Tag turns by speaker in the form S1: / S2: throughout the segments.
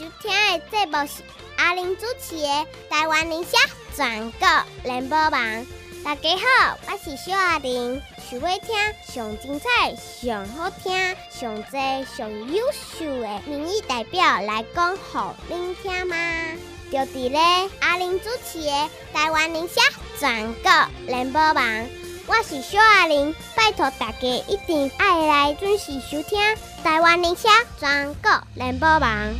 S1: 收听的节目是阿玲主持的台湾理社全国联播网。大家好，我是小阿玲，想要听上精彩、上好听、上多、上优秀的民意代表来讲给您听吗？就伫咧阿玲主持的台湾理社全国联播网。我是小阿玲，拜托大家一定要来准时收听台湾理社全国联播网。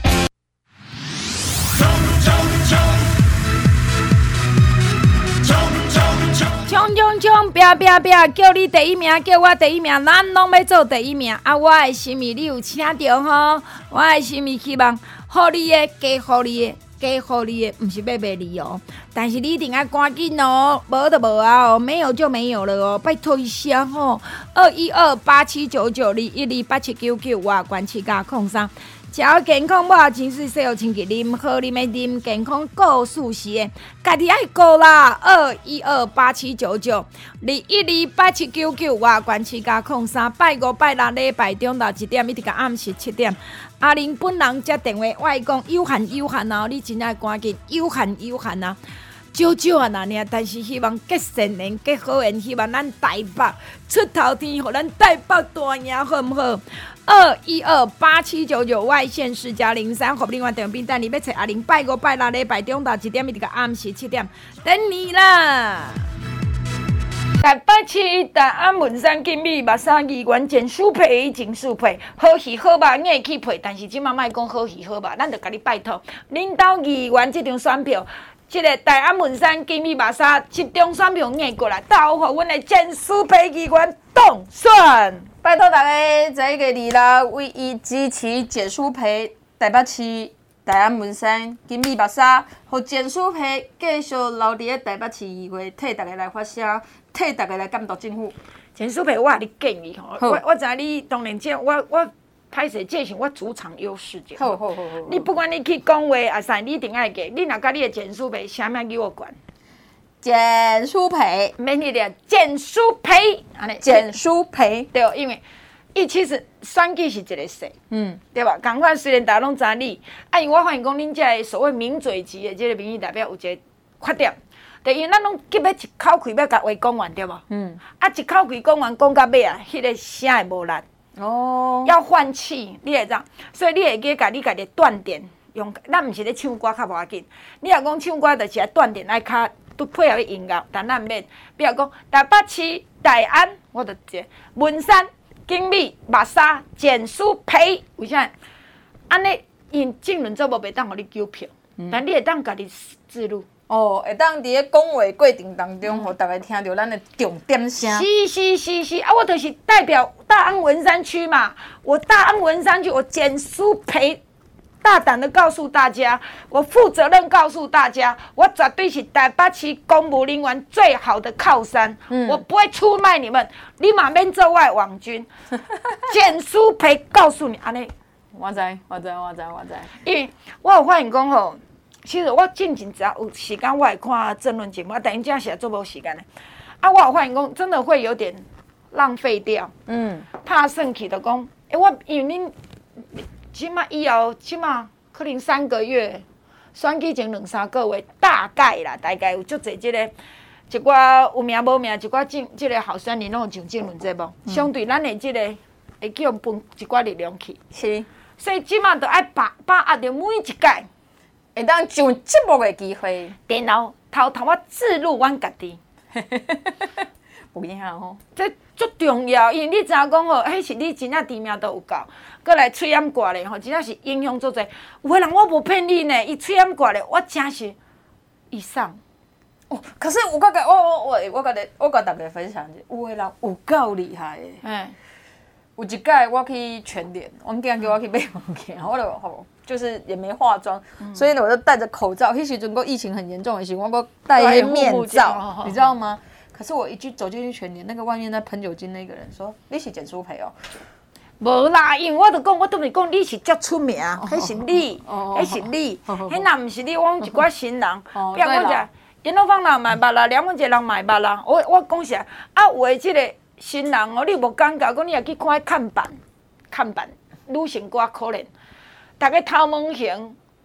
S2: 冲！拼，叫你第一名，叫我第一名，咱拢要做第一名。啊，我的心意你有请到吼？我的心意希望互你的，加互你的。加互你的，毋是要卖你哦，但是你一定要赶紧哦，无就无啊哦，没有就没有了哦，拜托一下吼，212879921128799外关七加03。食好健康，无清水洗好清气，啉好啉的啉，健康顾舒适的，家己爱顾啦。212879921128799外关七加03，拜五拜六礼拜中到1点，一直到暗时7点。阿玲本人接电话，我会讲有限哦，你真爱赶紧有限啊，少啊那尔，但是希望结善缘，结好缘，希望咱台北出头天，互咱台北大赢，好唔好？2128799外线4加03，互另外电话订单，你要找阿玲拜五拜六礼拜中到1点，一直到暗时7点，等你啦。台北市大安文山金美目三义园前输配前输配，好戏好肉硬去配，但是即马莫讲好戏好肉，咱就甲你拜托，恁兜议员即张选票，即个大安文山金美目三集中选票硬过来，投互阮的前输配议员当选。
S3: 拜托大家在个26唯一支持简书培台北市大安文山金美目三，互简书培继续留伫咧台北市议会，替大家来发声。替大家来监督政府。
S2: 陈淑培，我甲你建议吼，我知你当然我歹势，这是我主场优势。
S3: 好。
S2: 你不管你去讲话啊啥，你一定爱给。你若甲你的陈淑培啥物叫我管？
S3: 简书培，
S2: 免迄个简淑培，安尼。
S3: 简书培，
S2: 对，因为伊其实选举是一个势，对吧？共款虽然大家拢知你，因为我发现讲恁这所谓名嘴级的这个民意代表有一个缺点。就因为咱拢急要一口气要甲话讲完，对无？一口气讲完，讲到尾啊，迄个声会无力。哦。要换气，你会知？所以你会记甲你家己断点用，咱毋是咧唱歌较无要紧。你若讲唱歌，就是断点爱较都配合音乐，但咱免。比如讲台北市大安，我就一文山、景美、目沙、简书培，为啥？安尼因政论做无袂当互你救票，但你会当家己自录。
S3: 会当伫咧讲话过程当中，互大家听到咱的重点声。
S2: 是啊，我就是代表大安文山区嘛，我大安文山区，我简书培大胆的告诉大家，我负责任告诉大家，我绝对是台北市公务人员最好的靠山，我不会出卖你们，你嘛免做我的网军。简书培告诉你安尼，
S3: 我知，
S2: 因为我有发现讲吼。其实我近前只要有时间，我会看政论节目，但因这是做无时间的。我有发现讲，真的会有点浪费掉。拍算去就讲，我因为恁即马以后，即马可能3个月，选举前2-3个月，大概有足侪即个一寡有名无名，一寡即个候选人拢有上政论节目，相对咱的即个会叫分一寡力量去。
S3: 是，
S2: 所以即马就爱把握着每一届。
S3: 会当上节目的机会，
S2: 然后偷我自录阮家己，
S3: 有影吼。
S2: 这足重要，因为你知影讲吼，迄是你真正知名度有够，过来喙掩挂咧吼，真正是影响足侪。有个人我无骗你呢，伊喙掩挂咧，我真是以上。
S3: 可是我甲大家分享，有个人有够厉害的。有一届我去全联，阮囝叫我去买物件，我就是也没化妆，所以呢我就戴着口罩。那时阵个疫情很严重的时候，我都戴一个面罩，你知道吗？可是我一走进去全联，那个外面在喷酒精那个人说：“你是简书培哦。”
S2: 无啦，因为我就讲，我都是讲你是足出名，迄是你，迄是你，迄若毋是你，我讲一寡新人，比如讲者，烟火芳人买捌啦，梁文杰人买捌啦。我讲啥？有诶，即个新人哦，你无感觉，讲你也去看看板，女性歌可怜。大家头毛型，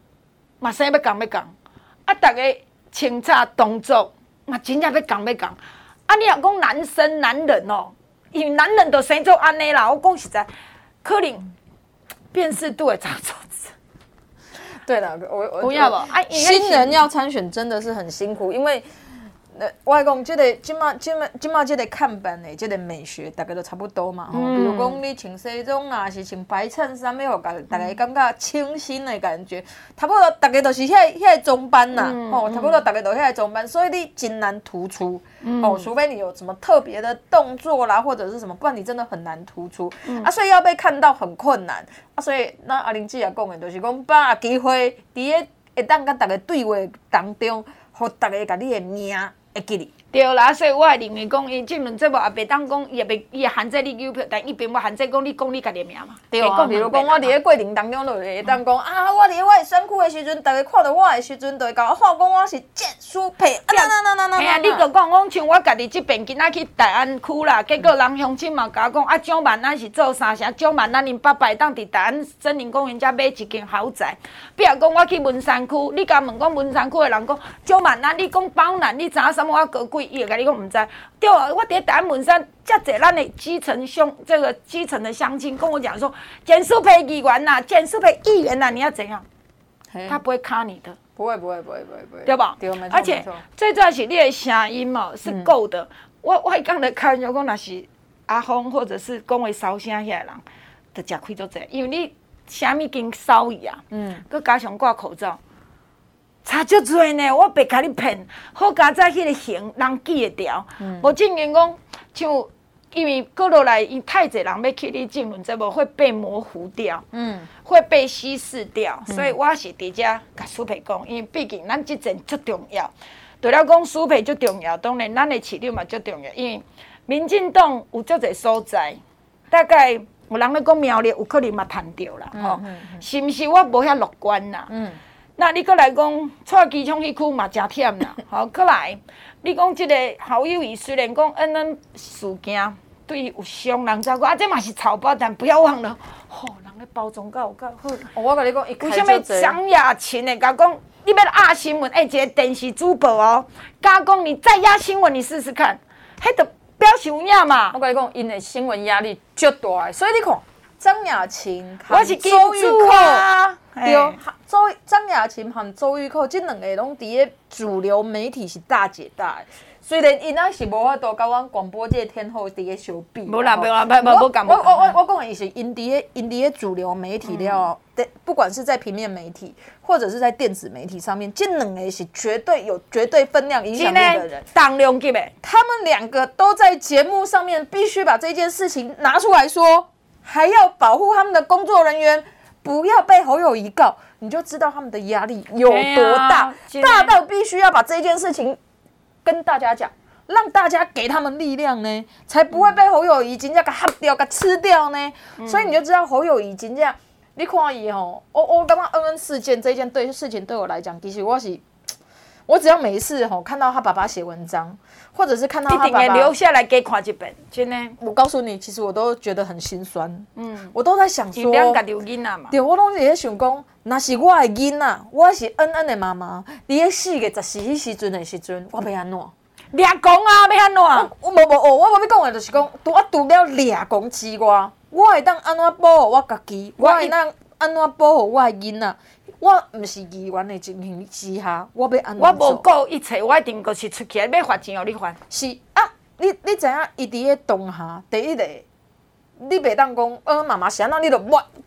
S2: 嘛生要讲，啊，大家清查动作嘛真正要讲，啊，你若讲男人哦，因为男人都生做安尼啦，我讲实在，可能辨识度会差错。
S3: 对了，我
S2: 不要吧，
S3: 新人要参选真的是很辛苦，因为。我讲这个今嘛这个看板的这个美学，大家都差不多嘛。比如讲你穿西装啊，是穿白衬衫，要互大家感觉清新的感觉。差不多大家都是遐装扮呐，差不多大家都遐装扮，所以你真难突出。除非你有什么特别的动作啦，或者是什么，不然你真的很难突出。所以要被看到很困难。所以那阿玲姐也讲的，就是讲把机会伫个会当甲大家对话当中，互大家甲你的名。会记哩，
S2: 对啦，所以我会认为讲，伊这轮节目也袂当讲，伊会限制你邮票，但伊并无限制讲你家己名嘛。
S3: 对啊，比如讲我伫咧过程当中，就会当讲啊，我伫咧我的选区的时阵，大家看到我的时阵，就会甲我喊讲我是简书培。
S2: 哎呀，你就讲像我家己这边今仔去大安区啦，结果人乡亲嘛甲我讲啊，蒋万安是做啥啥，蒋万安因爸爸当伫大安森林公园遮买一间豪宅。比如讲我去文山区，你甲问讲文山区的人讲蒋万安，你讲包南，你知影什么？我高贵，伊会甲你讲唔知。对啊，我伫大安文山，遮侪咱的基层的乡亲跟我讲说，简书培议员呐，简书培议员呐，你要怎样？他不会卡你的。
S3: 不会，
S2: 对吧？
S3: 对，没错。
S2: 而且最主要是你的声音哦是够的。我刚才开玩笑讲，若是阿峰或者是讲话烧声遐个人，就食亏足济，因为你啥物经烧伊啊，佮加上挂口罩，差足多呢。我别甲你骗，好佳在迄个型人记会掉。无正经讲，像因为过落来，因太侪人要去你政论节目，会被模糊掉，会被稀释掉，所以我是伫遮甲苏培讲，因为毕竟咱即阵足重要。除了讲苏培足重要，当然咱的市场嘛足重要，因为民进党有足侪所在，大概有人咧讲苗栗有可能嘛谈着啦，吼，是毋是？我无遐乐观啦。那你搁来讲，蔡机场迄区嘛真忝啦，好，搁来，你讲即个侯友宜虽然讲恩恩事件对伊有伤人照顾，啊，这嘛是草包，但不要忘了，吼，人咧包装够好。
S3: 我甲你讲，
S2: 为什么张雅琴会甲讲，你要压新闻？一个电视主播哦，甲讲你再压新闻，你试试看，迄就表示有影嘛。
S3: 我甲你讲，因的新闻压力足大的，所以你看。张雅琴
S2: 和周玉蔻啊，
S3: 对，张雅琴和周玉蔻这两个拢伫咧主流媒体是大姐大的。虽然因仔是无法度甲阮广播界天后伫咧相比，
S2: 无啦，
S3: 我讲的意思，因伫咧主流媒体了，不管是在平面媒体或者是在电子媒体上面，这两个是绝对有绝对分量影响力的人，
S2: 当量级的。
S3: 他们两个都在节目上面必须把这件事情拿出来说。还要保护他们的工作人员，不要被侯友宜告，你就知道他们的压力有多大，大到必须要把这件事情跟大家讲，让大家给他们力量呢，才不会被侯友宜真正给喝掉、给吃掉呢。所以你就知道侯友宜真正，你看伊吼，我感觉恩恩事件这件事情对我来讲，其实我只要每一次看到他爸爸写文章。或者是看到他爸爸，
S2: 一定留下来给看一遍，真的。
S3: 我告诉你，其实我都觉得很心酸。我都在想说，
S2: 你两家有囡仔嘛？
S3: 对，我拢是在想讲，若是我的囡仔，我是恩恩的妈妈，伫咧4月14迄时阵的时阵，我要安怎？
S2: 掠公啊，要安怎？
S3: 我无要讲的就是讲，我除了掠公之外，我会当安怎保护我家己？我会当安怎保护我的囡仔？我唔是议员的情形之下，我要安怎做？
S2: 我无顾一切，我一定就是出去要罚钱，互你还。
S3: 是啊，你知影伊伫咧当下第一个，你袂当讲，妈妈是安怎，你就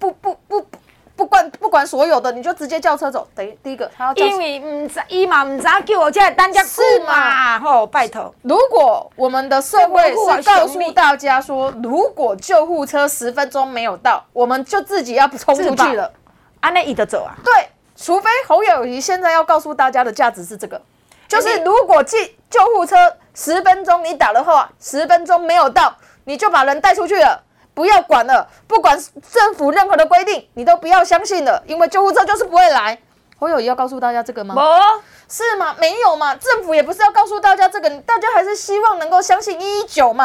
S3: 不管所有的，你就直接叫车走。第一个，他要
S2: 因为唔知伊嘛唔知叫我这单家是嘛，吼，拜托。
S3: 如果我们的社会是告诉大家说，如果救护车10分钟没有到，我们就自己要冲出去了。
S2: 安尼伊就走啊？
S3: 对，除非侯友宜现在要告诉大家的价值是这个，就是如果救护车10分钟你打的话，10分钟没有到，你就把人带出去了，不要管了，不管政府任何的规定，你都不要相信了，因为救护车就是不会来。侯友宜要告诉大家这个吗？是吗？没有嘛，政府也不是要告诉大家这个，大家还是希望能够相信119嘛。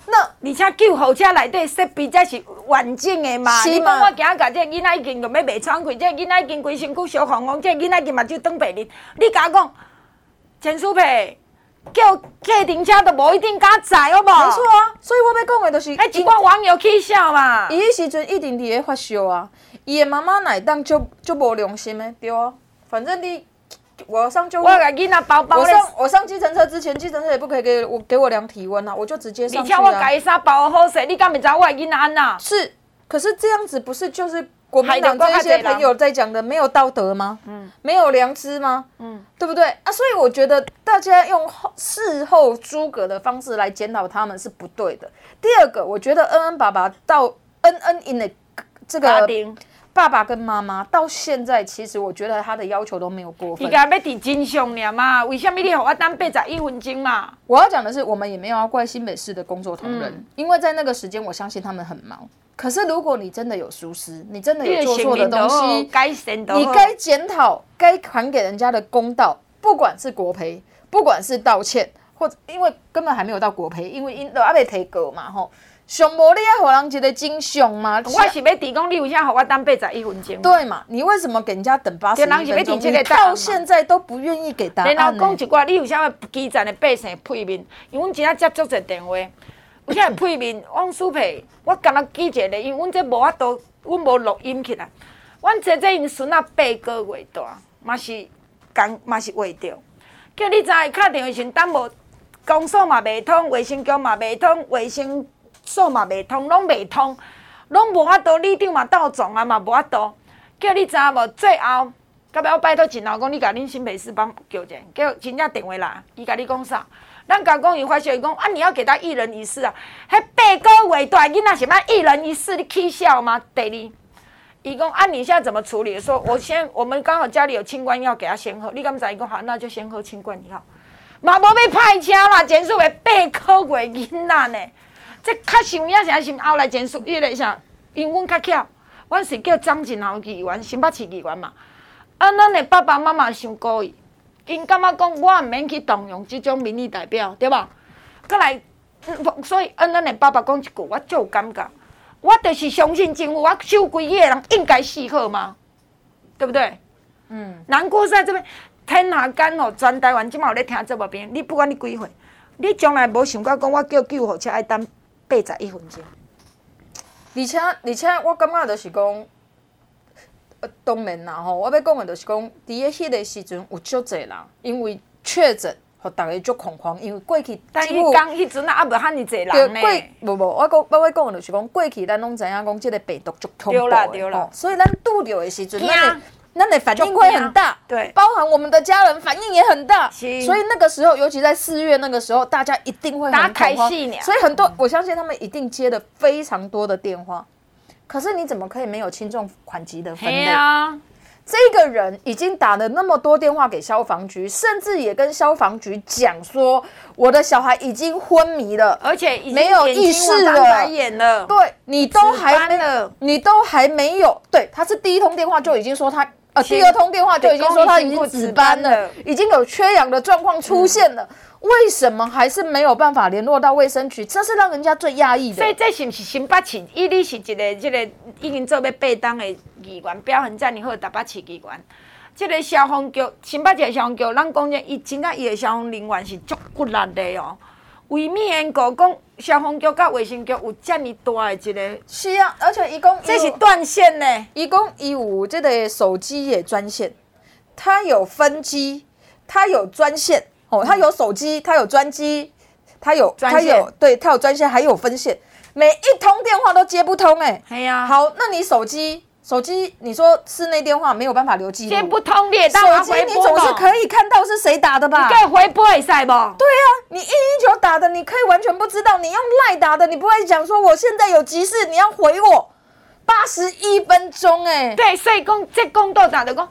S3: 那
S2: 而且救护车内底设备才是完整的嘛。你讲我今仔甲这个囡仔已经就要袂喘气，这个囡仔已经规身躯烧红红，这个囡仔已经目睭长白哩。你甲我讲，陈淑佩叫计程车都无一定敢载，好无？
S3: 没错啊，所以我要讲的就是，
S2: 一寡网友起笑嘛。
S3: 伊迄时阵一定伫咧发烧啊，伊的妈妈哪会当就无良心的，对啊，反正我上救护，
S2: 我甲囡仔包包
S3: 我上计程车之前，计程车也不可以给我量体温啊，我就直接上去啊。
S2: 而且我甲伊衫包好势，你敢袂知我的囡仔安那？
S3: 是，可是这样子不是就是国民党这些朋友在讲的没有道德吗？没有良知吗？对不对啊？所以我觉得大家用事后诸葛的方式来检讨他们是不对的。第二个，我觉得恩恩爸爸到恩恩因的这个爸爸跟妈妈到现在，其实我觉得他的要求都没有过分。
S2: 伊家要伫真相尔嘛？为什么你让我等81分钟嘛？
S3: 我要讲的是，我们也没有要怪新北市的工作同仁，因为在那个时间，我相信他们很忙。可是如果你真的有疏失，你真的有做错的东西，你该检讨，该还给人家的公道，不管是国赔，不管是道歉，或者因为根本还没有到国赔，因为因都还没提过嘛吼。上无你要给人一个真相嘛？
S2: 我是要提供你为啥给我等81分钟？
S3: 对嘛？你为什么给人家等81分钟？你到现在都不愿意给答案。
S2: 然后讲一寡，你为啥基层的百姓配面？因为阮今仔接足侪电话，有啥配面？王淑佩，我敢若记一个，因为阮这无法度，阮无录音起来。阮这因孙仔8个月大，嘛是话着。叫你知打电话时等无，公所嘛袂通，卫生局嘛袂通，卫生所嘛袂通，拢袂通，拢无法度。里长嘛斗撞啊嘛无法度。叫你知无？最后，到尾我拜托真后讲，你甲恁新北市帮叫者，叫真正电话来，伊甲你讲啥？咱甲讲伊发烧，伊讲啊，你要给他1人1室啊。迄8个月大囡仔是要1人1室，你起笑吗？第二，伊讲啊，你现在怎么处理？说我们刚好家里有清冠药，给他先喝。你敢知？伊讲好，那就先喝清冠药。嘛无要派车啦，简述为8个月囡仔呢。这较想影啥是后来前述迄个啥，因为阮较巧，阮是叫张振豪议员、新北市议员嘛。啊，咱的爸爸妈妈伤故意，因感觉讲我毋免去动用即种民意代表，对吧？过来，所以咱的爸爸讲一句，我最有感觉，我就是相信政府，我收规个人应该死好吗？对不对？难过在这边，天下间哦，全台湾即马有咧听这部片，你不管你几岁，你从来无想过讲我叫救护车爱等81分钟。
S3: 而且我感觉就是讲，当然啦吼，我要讲的就是讲，伫咧迄个时阵有足侪人因为确诊，互大家足恐慌，因为过去
S2: 但迄阵啊，无遐尼侪人呢。
S3: 无，我要讲的就是讲，过去咱拢知影讲，即个病毒足恐怖的，
S2: 对啦，
S3: 所以咱拄着的时阵，咱的反应会很大，
S2: 对，
S3: 包含我们的家人反应也很大，所以那个时候，尤其在4月那个时候，大家一定会很恐慌，所以很多我相信他们一定接了非常多的电话。可是你怎么可以没有轻重缓急的分类？这个人已经打了那么多电话给消防局，甚至也跟消防局讲说，我的小孩已经昏迷了，
S2: 而且已经
S3: 没有意识了。对，你都还没有。对，他是第一通电话就已经说他。第二通电话就已经说他已经值班了，已经有缺氧的状况出现了，为什么还是没有办法联络到卫生局？这是让人家最压抑的。
S2: 所以这是不是新北市？伊你是一个已经做要8档的议员，表现遮尔好，台北市议员。这个消防局，新北市消防局，咱讲者，伊真正伊的消防人员是足骨力的哦。为免讲消防局甲卫生局有遮尔大的一个，
S3: 是啊，而且伊讲
S2: 这是断线呢。
S3: 伊讲伊有这个手机也专线，它有分机，它有专线哦，它有手机，它有专机，它有专线，还有分线，每一通电话都接不通哎。
S2: 系啊。
S3: 好，那你手机，你说室内电话没有办法留记录，
S2: 接不通你也当然回拨。
S3: 手机你总是可以看到是谁打的吧？
S2: 你可以回拨会使不？
S3: 对啊，你119打的，你可以完全不知道；你用赖打的，你不会讲说我现在有急事，你要回我81分钟哎。
S2: 对，所以讲这公道打的讲，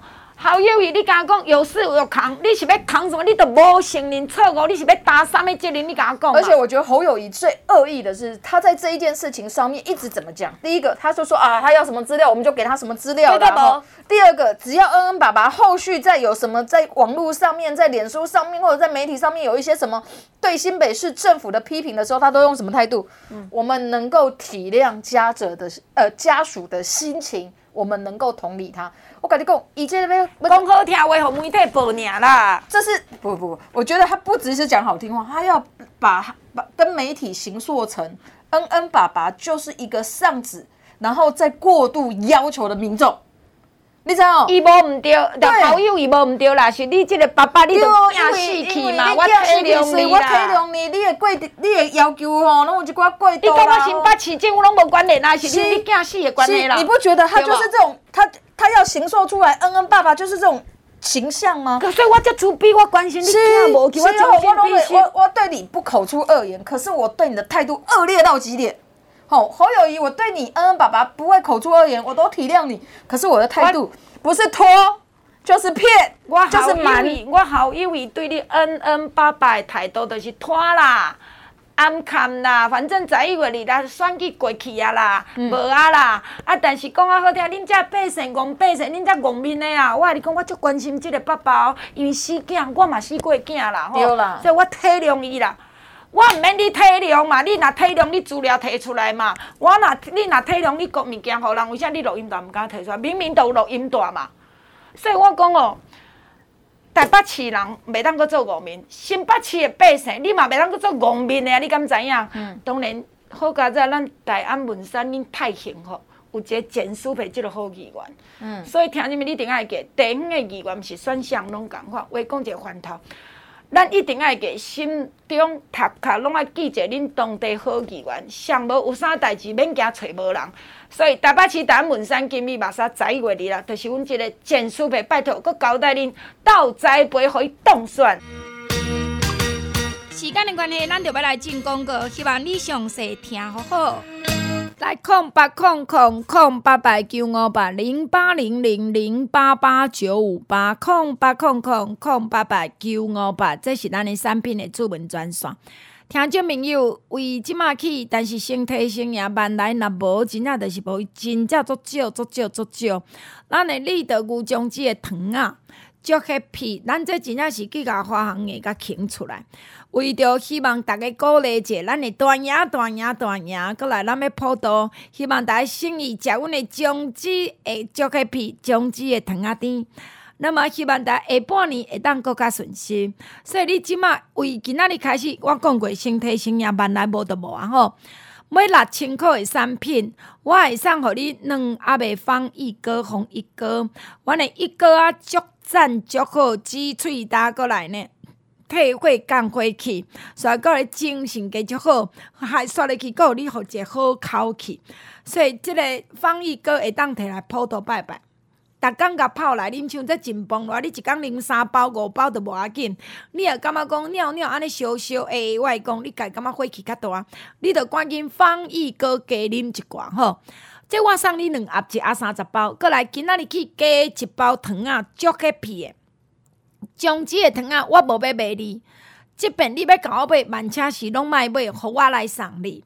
S2: 好友伊，你甲我讲有事有扛，你是要扛什么？你都无承认错误，你是要打什么责任？你甲我讲。
S3: 而且我觉得侯友宜最恶意的是，他在这一件事情上面一直怎么讲？第一个，他就说啊，他要什么资料，我们就给他什么资料啦。第二个，只要恩恩爸爸后续再有什么在网络上面、在脸书上面或者在媒体上面有一些什么对新北市政府的批评的时候，他都用什么态度？我们能够体谅家属的心情。我们能够同理他，我跟你讲，以前
S2: 讲好听话，互媒体报尔啦。
S3: 这是不，我觉得他不只是讲好听话，他要把跟媒体形塑成恩恩爸爸就是一个上子，然后再过度要求的民众。你知道？
S2: 伊无唔对，好友伊无唔对啦，是你这个爸爸，你都惊死去嘛！我体谅你啦，
S3: 我体谅你，你的要求吼，拢有一寡过度啦。
S2: 你跟我新北市政府拢无关联啦，是你惊死的关系啦。
S3: 你不觉得他就是这种，他要形塑出来恩恩爸爸就是这种形象吗？
S2: 所以我才出逼，我关心你囝无去，我
S3: 我对你不口出恶言，可是我对你的态度恶劣到极点。侯友宜，我对你恩恩爸爸不会口出恶言，我都体谅你。可是我的态度不是拖，就是骗，就是瞒。
S2: 我好友宜对你恩恩爸爸的态度就是拖啦、暗看啦，反正11月2日选举过去啊啦，无啊啦。但是讲啊好听，恁这百姓戆百姓，恁这戆面的啊，我跟你讲，我足关心这个爸爸哦，因为死囝，我嘛死过囝啦，
S3: 对啦，
S2: 所以我体谅伊啦。我唔免你体谅嘛，你若体谅，你资料提出来嘛。你若体谅，你讲物件互人，为啥你录音带唔敢提出来？明明都有录音带嘛。所以我讲哦，台北市人袂当阁做戆面，新北市的百姓，你嘛袂当阁做戆面的啊！你敢知影？当然，好佳在咱大安文山，恁太幸福，有一个简书培这个好议员。所以听你们一定爱记，地方的议员是选项拢共款，话讲一个翻头。咱一定爱记，心中读卡拢爱记者恁当地好议员，上无有啥代志免惊找无人。所以台北市大安文山今日嘛啥11月2日，就是阮这个简书培拜托，佮交代恁到栽培，互伊当选。
S4: 时间的关系，咱就要来进广告，希望你详细听好好。来0800-088958，0800-088958，这是咱的产品的主文专线。听众朋友，为即马起，但是身体生涯万来，若无真正就是无，真正足少。咱的立德牛浆子的糖啊，足 happy， 咱这真正是去甲花行业甲倾出来。为着希望大家鼓励者，咱的大赢，过来咱要普渡，希望大家生意食阮的姜子会足起皮，姜子的糖仔甜。那么希望大家下半年会当更加顺心。所以你即马为今仔日开始，我讲过身体生涯万来无就无啊吼。每6000块的产品，我会送互你2盒的防疫膏、防疫膏。阮的一膏啊，足赞足好，挤喙焦过来呢。退火降火气，所以个精神加足好，还刷入去，个有你互一个好口气。所以即个防疫膏会当摕来普渡拜拜，逐工甲泡来啉，像这真崩热，你一工啉3包5包都无要紧。你若感觉讲尿安尼烧烧，我会讲你家感觉火气较大，你着赶紧防疫膏加啉一罐吼。这我送你2盒，1盒30包，过来今仔日去加1包糖啊，足happy的。姜子的糖啊，我无要卖你。即便你要甲我买，万请是拢莫买，互我来送你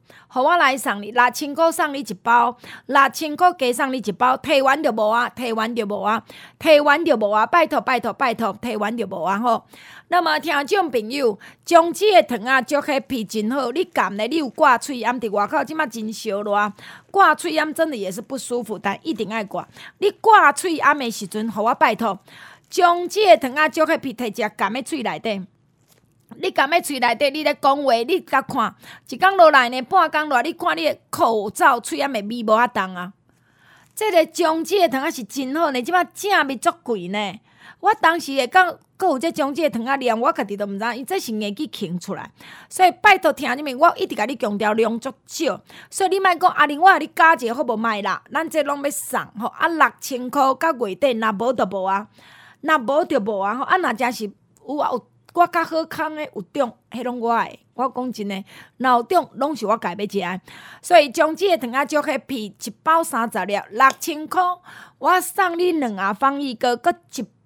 S4: ，6000块送你1包，6000块加送你1包，摕完就无啊，摕完就无啊，拜托，摕完就无啊吼。那么听众朋友，姜子的糖啊，足happy真好，你含咧，你有挂喙炎伫外口，即马真烧热，挂喙炎真的也是不舒服，但一定爱挂。你挂喙炎的时阵，互我拜托。姜子的糖啊，足起皮摕一含在喙内底。你含在喙内底，你咧讲话，你甲看，一工落来呢，半工落来，你看你的口罩、喙炎的味无遐重啊。这个姜子的糖啊是真好呢，即摆正味足贵呢。我当时会讲，阁有这姜子的糖啊量，我家己都毋知，因这是硬去倾出来。所以拜托听你们，我一直甲你强调量足少，所以你莫讲阿玲，我甲你加一个好无卖啦，咱这拢要送吼，6000块到月底，若无就无啊。若无就无啊！吼，若真是有啊有我较好康的有种，迄拢我的。我讲真诶，若有种拢是我家要食的。所以姜子的糖仔足happy，1包30粒，6000块。我送你2盒防疫膏，佮1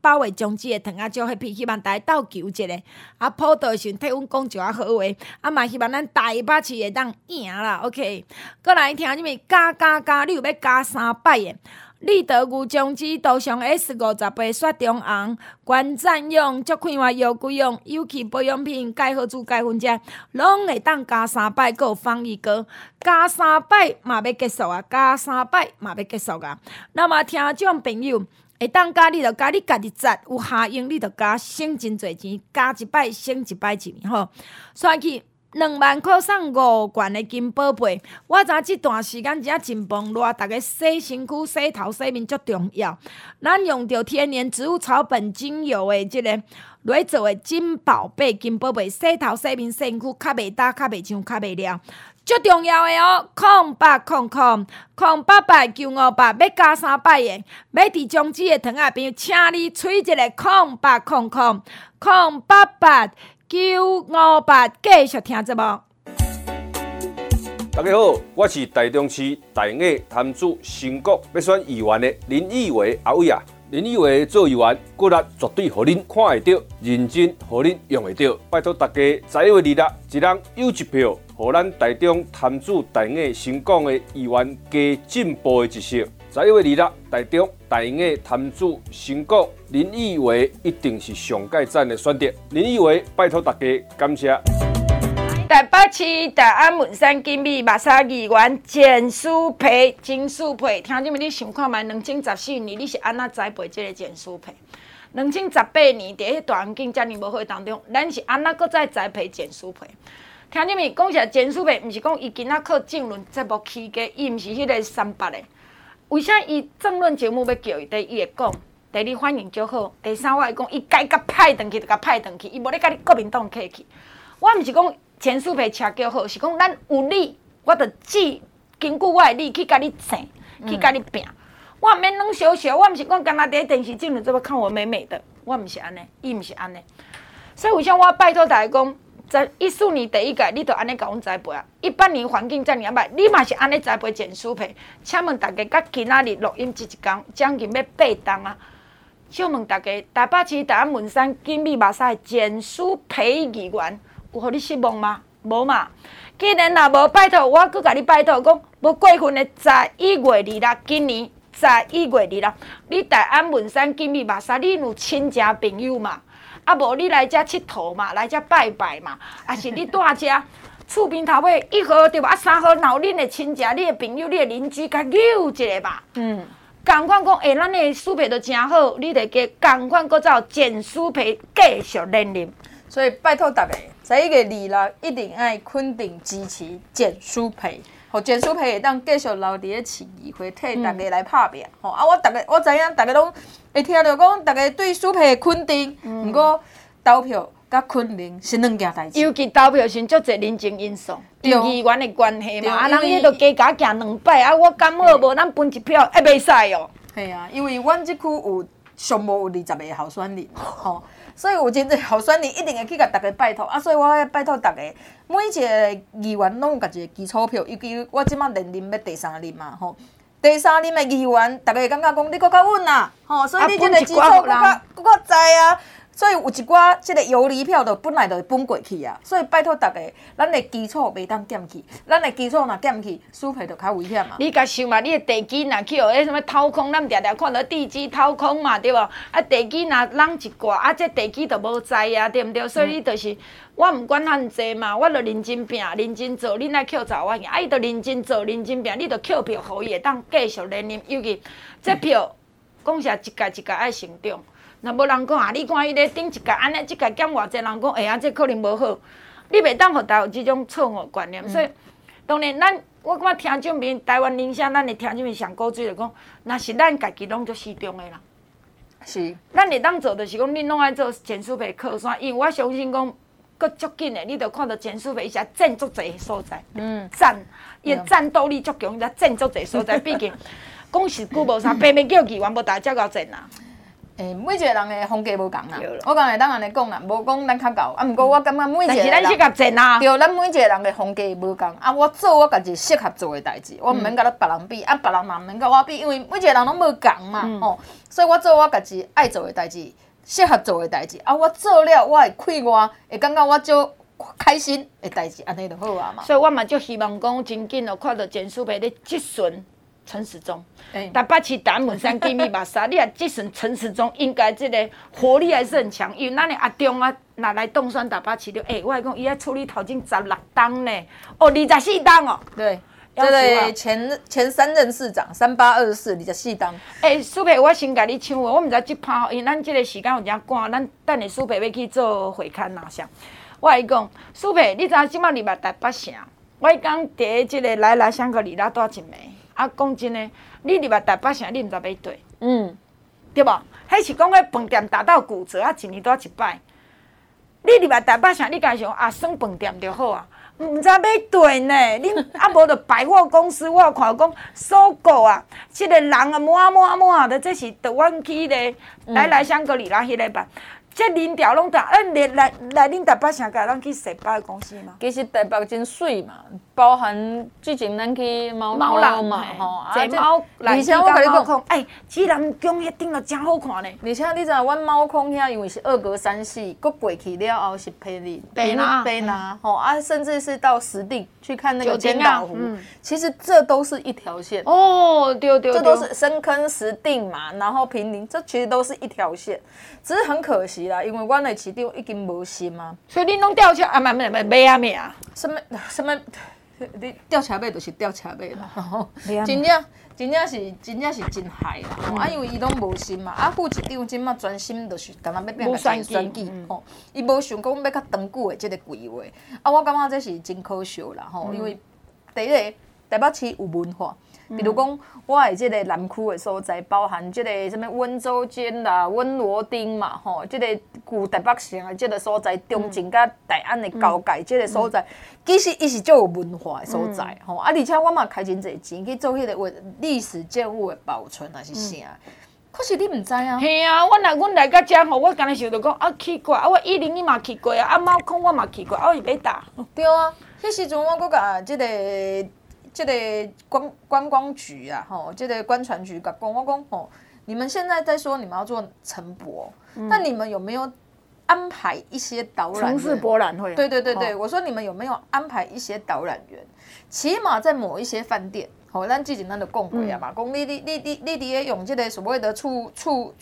S4: 保卫中止的糖仔祝迄希望大家斗求一下。啊，普渡时替阮讲一寡好话，啊嘛希望咱台北市会当赢啦。OK， 过来听什么加，你有要加3摆的？立德牛中脂涂上 S50倍雪中红，原占用足快活药具用，有机保养品，钙好珠钙粉者，拢会当加3摆，还有防疫膏，加3摆嘛要结束啊！加3摆嘛要结束啊！那么听众朋友会当加，你就加你家己值，有下用你就加，省真侪钱，加1摆省1摆钱吼，选去。2万块送5罐的金宝贝，我知这段时间真真忙热，大家洗身躯、洗头、洗面足重要。咱用着天然植物草本精油的这个来做的金宝贝、金宝贝，洗头、洗面、洗身躯较袂干、较袂呛、较袂了。最重要的哦，0800-058-958要加3摆的，要伫中脂的糖仔边，请你吹一个0800-058-958，继续听节目。
S5: 大家好，我是台中市大雅潭子新国要选议员的林义伟阿伟啊。林义伟做议员，骨力绝对互恁看会到，认真互恁用会到。拜托大家11月2日，一人有一票，互咱台中潭子大雅新港的议员加进步的一色。11月2日，台中大雅潭子新港林义伟一定是上界赞的选择。林义伟，拜托大家，感谢。
S2: 台北市大安文山金美目沙议员简书培，金书培，听众们，你想看卖？2014年你是安怎栽培这个简书培？2018年伫迄大环境遮尔无好当中，咱是安怎搁再栽培简书培？听众们，讲实简书培，毋是讲伊今仔靠政论节目起家，伊毋是迄个三八的。为啥伊政论节目要叫伊？第一会讲，第二反应就好，第三我会讲，伊该甲派转去就甲派转去，伊无咧甲你国民党客气。我毋是讲。简书培车叫好，是讲咱有理，我着根据我的理去甲你争，去甲你拼。我毋免软小小，我毋是讲干那伫电视镜里做要看我美美的，我毋是安尼，伊毋是安尼。所以为啥我拜托大家讲，在14年第一届，你着安尼甲阮栽培啊！18年环境遮尔歹，你嘛是安尼栽培简书培。请问大家，甲今仔日录音这一天，将近要8档啊！请问大家，台北市大安文山金美目屎简书培议员。有互你失望吗？无嘛。既然若无，拜托我佫甲你拜托，讲无过分的11月2日，今年11月2日，你大安文山金美目屎，你有亲戚朋友嘛？啊无你来遮佚佗嘛，来遮拜拜嘛，啊是你住遮厝边头尾1号对吧？啊3号，闹恁的亲戚、你的朋友、你的邻居，甲扭一个吧。共款讲，咱的书培都真好，你得加共款佫走简书培继续连任。
S3: 所以拜托大家，11月2日一定要肯定支持简书培，互简书培会当继续留伫咧市议会，替大家来拍拼。我知影大家拢会听到讲，大家对书培的肯定，毋过投票甲肯定是两件代志。
S2: 尤其投票时，足侪人情因素，议员的关系嘛，人迄著加行2摆，我感冒无，咱分一票，袂使哦。
S3: 系啊，因为阮即区有上无有20个候选人，吼。所以有真侪候选人一定会去甲大家拜托啊！所以我要拜托大家，每一个议员拢有家一个基础票，尤其我即马连任要第3任嘛吼。第3任的议员，大家会感觉讲你搁较稳啦，吼，所以你这个基础搁较知啊。所以有一寡即个游离票，就本来就会分过去啊。所以拜托大家，咱的基础袂当减去，咱的基础若减去，输配就较危险嘛。
S2: 你甲想嘛，你的地基若去互迄什么掏空，咱常常看到地基掏空嘛，对无？啊，地基若扔一挂，啊，这地基就无在啊，对毋对？所以你就是，我毋管遐济嘛，我就认真拼，认真做，恁来扣查我去，啊，伊就认真做，认真拼，你就扣票，互伊会当继续连任。尤其这票，讲实一届一届爱成长。若无人讲啊，你看伊咧顶一届安尼，即届减偌济，人讲哎呀，这可能无好。你袂当互大家有即种错误观念，所以当然我感觉听众面台湾人声，咱的听众面上古锥就讲，若是咱家己拢做适中的啦。
S3: 是。
S2: 咱会当做就是讲，恁拢爱做简书培靠山，因为我相信讲，佫足紧的，你着看到简书培伊是占足济所在，伊的战斗力足强，伊占足济所在，毕竟讲实久无啥，偏偏叫议员无大家叫争啊。
S3: 每一个人的风格无共啦，我讲会当安尼讲啦，无讲咱较高，啊，毋过我感觉每一个人，
S2: 但是咱适合做啊，
S3: 对，咱每一个人的风格无共，啊，我做我家己适合做的代志，我毋免甲别人比，啊，别人嘛毋免甲我比，因为每一个人拢无共嘛，吼，所以我做我家己爱做的代志，适合做的代志，啊，我做了我会快活，会感觉我就开心的代志，安尼就好啊嘛。
S2: 所以我嘛就希望讲真紧哦，看到简书培咧即顺陈时中。台北市大安文山机密马莎，你啊，即阵陈时中应该这个活力还是很强，因为咱的阿中啊，拿来动算台北市的，我来讲，伊在处理头前16档呢，哦，24档哦，
S3: 对，这个前3任市长382424档。
S2: 苏培，我先甲你抢话，我毋知即拍，因为咱即个时间有点赶，咱等下苏培要去做会刊哪啥，我来讲，苏培，你知影即摆入来台北城，我讲伫即个来香格里拉住一暝，啊，讲真诶。你入来台北城，你毋知要对，对无？迄是讲迄饭店打到骨折啊，一年多一摆。你入来台北城，你家想啊，算饭店就好啊，毋知要对呢。你啊无就百货公司，我有看讲搜狗啊，即个人啊满的，这是伫阮去咧来香格里拉迄个办。这人潮拢大，来恁台北城甲咱去洗百货公司嘛？
S3: 其实台北真水嘛，包含之前咱去猫浪嘛，吼，
S2: 这猫，而且我甲你讲，指南宫迄顶就真好看呢。
S3: 而且你知影，阮猫空遐因为是2格3系，佮过去了后是佩纳，吼啊，甚至是到石碇去看那个尖岛湖，其实这都是一条线。
S2: 哦，对，
S3: 这都是深坑、石碇嘛，然后坪林，这其实都是一条线，只是很可惜。因为阮的市场已经无心啊，
S2: 所以恁拢吊车啊，买啊咩啊？
S3: 什么？你吊车尾就是吊车尾啦，真正是真害啦！啊，因为伊拢无心嘛，啊，副市长即马专心就是干那要变个选举吼，伊无想讲要较长久的即个规划，啊，我感觉这是真可惜啦吼，因为第一个台北市有文化。比如讲，我的这个南区的所在，包含这个什么温州间啦、温罗丁嘛，吼，这个旧台北城的这个所在，中正甲大安的交界这个所在，其实伊是足有文化的所在，吼，啊，而且我嘛开真侪钱去做迄个历史建物的保存，还是啥。可是你唔知啊？
S2: 系啊，阮来到遮吼，我刚才想到讲啊，去过啊，我101嘛去过啊，猫空我嘛去过，啊，我是要打。
S3: 对啊，迄时阵我搁甲这个观光局啊，吼，这个观传局甲讲，我讲吼，你们现在在说你们要做城博，那你们有没有安排一些导览员？
S2: 城市博览会。
S3: 对，我说你们有没有安排一些导览员？起码在某一些饭店。吼，咱之前咱就讲过啊嘛，讲你伫咧用这个所谓的促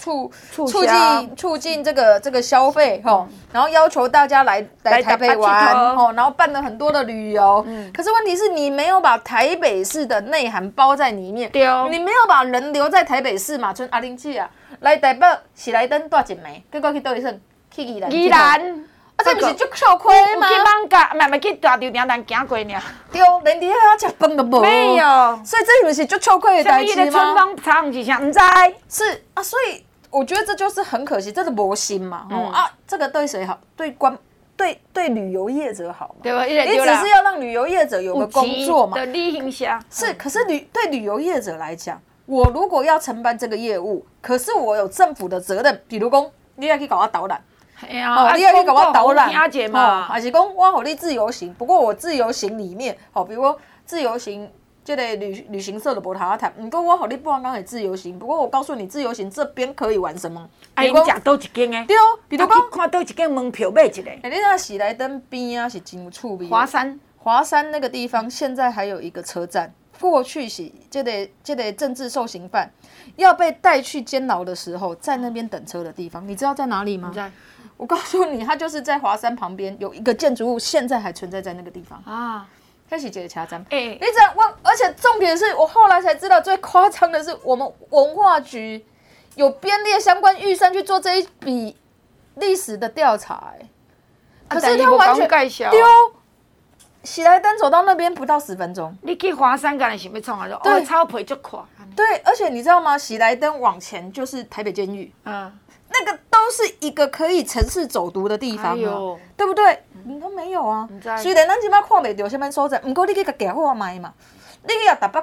S3: 进这个消费吼，然后要求大家来台北玩吼，然后办了很多的旅游，可是问题是你没有把台北市的内涵包在里面，
S2: 对，
S3: 你没有把人留在台北市嘛，像阿玲姐啊，来台北喜来登住一暝，结果去倒一算去宜兰。啊，这不是足笑亏吗？
S2: 有去艋舺，唔去大稻埕，但行过呢。
S3: 对，连伫遐食饭都无。
S2: 没有，
S3: 所以这不是足笑亏的代志吗？
S2: 春芳茶是啥？唔知。
S3: 是啊，所以我觉得这就是很可惜，这是无心嘛。这个对谁好？对旅游业者好嘛？
S2: 对吧？
S3: 你只是要让旅游业者有个工作嘛。
S2: 的利行下
S3: 是，可是对旅游业者来讲，我如果要承办这个业务，可是我有政府的责任，比如讲，你要去搞我导览。
S2: 你要
S3: 去给我导览
S2: 嘛，
S3: 还是讲我给你自由行？不过我自由行里面，比如说自由行，这个旅行社的无他谈。不过我给你半天的自由行，不过我告诉你，自由行这边可以玩什么？
S2: 你食倒一间的？
S3: 对哦，比如讲
S2: 看倒一间门票买一个。
S3: 你那喜来登边啊是真有趣味。华山那个地方现在还有一个车站。过去是这个政治受刑犯要被带去监牢的时候，在那边等车的地方，你知道在哪里吗？我告诉你，它就是在华山旁边有一个建筑物，现在还存在在那个地方啊。那是这个车站，你知道而且重点是我后来才知道，最夸张的是我们文化局有编列相关预算去做这一笔历史的调查，可是他完全丢。喜来登走到那边不到10分钟，
S2: 你去华山干想要创啊？对，超皮就垮。
S3: 对，而且你知道吗？喜来登往前就是台北监狱，那个都是一个可以城市走读的地方啊，对不对？你都没有啊。虽然咱即摆看袂到什么所在，不过你去甲行货卖嘛，你去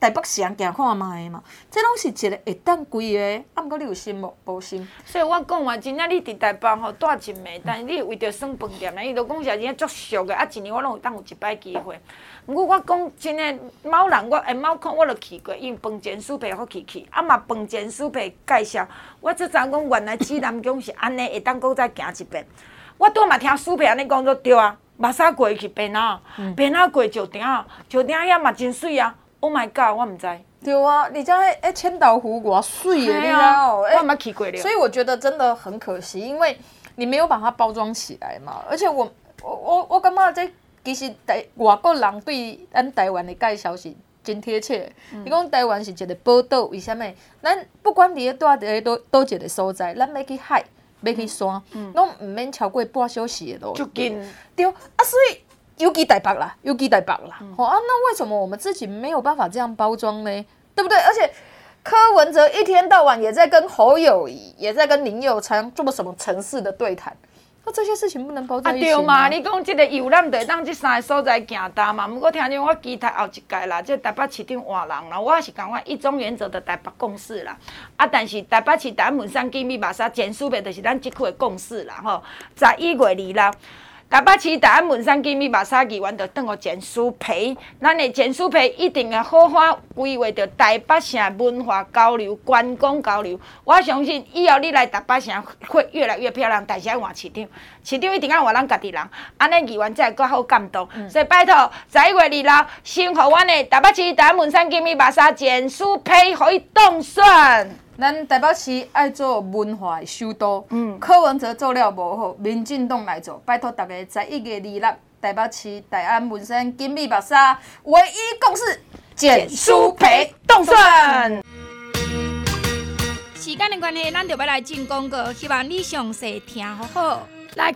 S3: 台北市人行看卖嘛，这拢是一个会当规个，啊，毋过你有心无心？
S2: 所以我讲嘛，真正你伫台北吼住真美，但是你为着耍饭店咧，伊就讲是真正足俗个，一年我拢有当有一摆机会。毋过我讲真诶，某人某空我就去过，因饭前酥皮好去，啊嘛饭前酥皮介绍，我才知影讲原来指南宫是安尼，会当搁再行一遍。我拄嘛听酥皮安尼讲做对啊，目屎过去边仔过石顶遐嘛真水啊 ！Oh my god， 我毋知。
S3: 对啊，你家迄千岛湖偌水的，你知道？
S2: 我毋捌去过了。
S3: 所以我觉得真的很可惜，因为你没有把它包装起来嘛。而且我感觉这其实外国人对咱台湾的介绍是真贴切。你讲台湾是一个宝岛，为什么？咱不管你住伫倒一个所在，咱要去海。要去山，拢毋免超过半小时的路。
S2: 就近。
S3: 对啊，所以尤其台北啦。那为什么我们自己没有办法这样包装呢？对不对？而且柯文哲一天到晚也在跟侯友宜，也在跟林右昌做什么城市的对谈。那这些事情不能包在一起
S2: 对嘛？你讲这个游览就会当这3个所在行搭嘛？不过听讲我期待后一届啦，这台北市长换人啦，我也是感觉一中原则的台北共识啦。但是台北市台湾文山金米马沙前输白就是咱这区的共识啦吼。11月2日。台北市台湾文山金米马沙议员就等我前输培，咱的前输培一定要好好规划着台北城文化交流、观光交流。我相信以后你来台北城会越来越漂亮，但是要换市长，市长一定要换咱家己人，安尼议员才会更好监督。所以拜托11月2日，先互阮的台北市台湾文山金米马沙前输培可以当选。
S3: 咱台北市爱做文化的首都，柯文哲做了无好，民进党来做，拜托大家11月2日，台北市大安文山金米目沙唯一共识，简书培当选。
S4: 时间的关系，咱就要来进广告，希望你详细听好好。来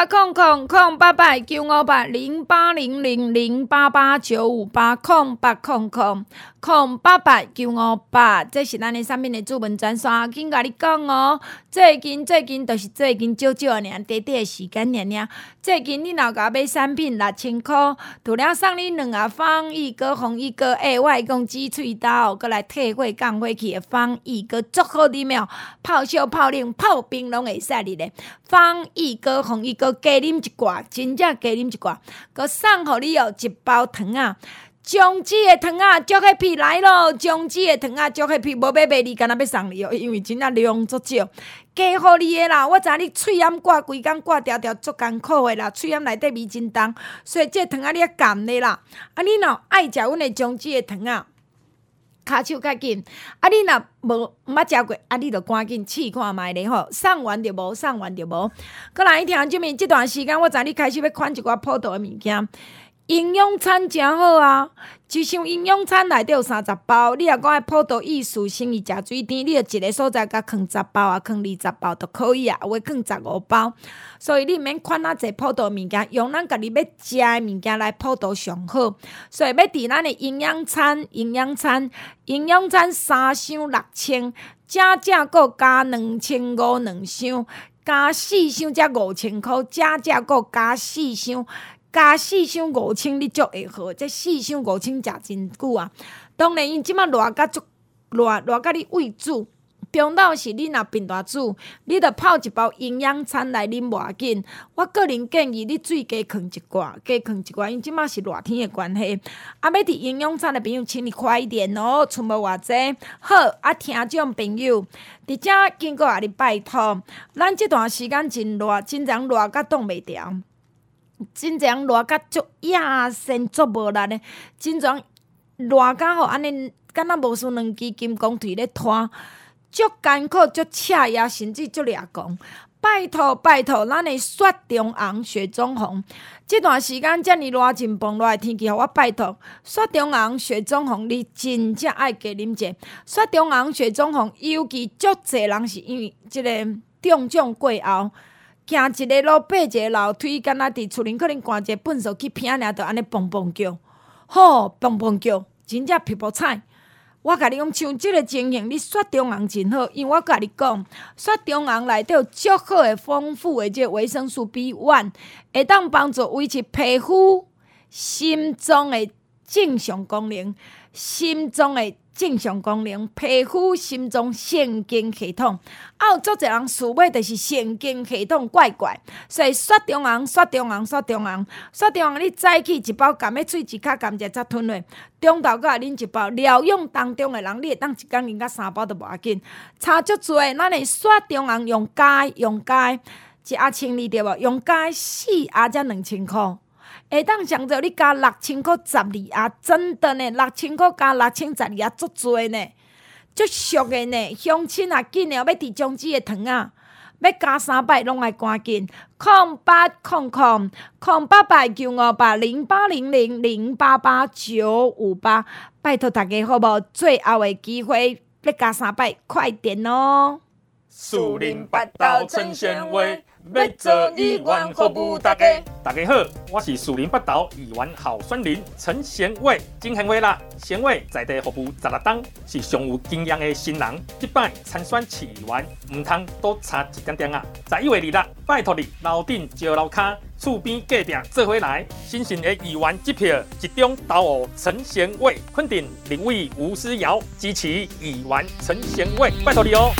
S4: 0800-088-9580888-958，这是咱的产品的主文专线，紧甲你讲哦。最近就是最近少少尔，短短的时间尔。最近你若甲买产品6000块，除了送你2盒防疫膏、防疫膏，我会讲挤喙刀，搁来退火降火气的防疫膏，足好啉哦。泡烧、泡冷、泡冰拢会使你咧。防疫膏、防疫膏加啉一罐，真正加啉一罐，搁送互你哦1包糖啊。姜子的糖啊，足 happy 来咯！姜子的糖啊，足 happy， 无要卖你，敢若要送你哦，因为真正量足少，加互你的啦。我知你喙炎挂规工挂条条足艰苦的啦，喙炎内底味真重，所以这糖啊你要含的啦。你若爱食阮的姜子的糖啊，骹手较紧。你若无毋捌食过，你就赶紧试看卖咧吼，送完就无，送完就无。搁来听证明，这段时间我知你开始要款一寡普渡的物件。营养餐真好啊！一箱营养餐内底有30包，你若讲爱普渡意思，生意食水甜，你就一个所在甲放10包啊，放20包就可以啊，有诶放15包。所以你毋免款啊侪普渡物件，用咱家己要食诶物件来普渡上好。所以要伫咱诶营养餐3箱6000，正个加2500 2箱，加4箱才5000块，正个加4箱。加4箱5000，你足会好。这4箱5000食真久啊！当然，因即马热甲足热甲你胃煮。中昼是你若病大煮，你着泡一包营养餐来啉无要紧。我个人建议你水加放一寡，因为即马是热天的关系。要伫营养餐的朋友，请你快一点哦，剩无偌济。好，听众朋友，伫遮经过你拜托，咱这段时间真热，真常热甲挡袂牢。真常热甲足野身足无力的，真常热甲吼安尼，敢若无输2支金刚腿咧拖，足艰苦、足赤也，甚至足掠狂。拜托，咱的雪中红、雪中红，这段时间遮尔热真崩热的天气，互我拜托，雪中红、雪中红，你真正爱加啉者。雪中红、雪中红，尤其足侪人是因为即个中奖过后。行一个路，爬一个楼梯，敢若伫厝里可能赶一个粪扫去片尔，就安尼蹦蹦叫，蹦蹦叫，真正皮肤菜。我甲你讲，像即个情形，你雪中红真好，因为我甲你讲，雪中红内底有足好的丰富的即个维生素 B1， 会当帮助维持皮肤、心脏的正常功能。 心脏的正常功能，皮肤、心脏、神经系统，有足侪人思维就是神经系统怪怪，所以雪中红，雪中红，雪中红，雪中红，你早起一包含的水一卡甘蔗才吞落，中昼甲啉一包，疗养当中的人，你会当一工啉到3包都无要紧。差足侪，咱的雪中红用加，一盒1,200对无？用加4盒才2000块。会当上少你加6000块12盒，真的呢，6000块加6012盒足多呢，足俗的呢。乡亲啊，紧的要伫中止的糖啊，要加3摆拢爱赶紧。0800-958-0800-0888-958，拜托大家好无？最后的机会要加3摆，快点哦！
S6: 树林八道陈贤伟，要做议员服务大家。大家好，我是树林八道议员候选人陈贤伟，真贤伟啦！贤伟在地服务16档，是上有经验的新人。这摆参选市议员，唔通多差一点点啊！11月26，拜托你楼顶招楼骹，厝边隔壁做伙来，新兴的议员一票集中投我陈贤伟，肯定林委吴思瑶，支持议员陈贤伟，拜托你哦。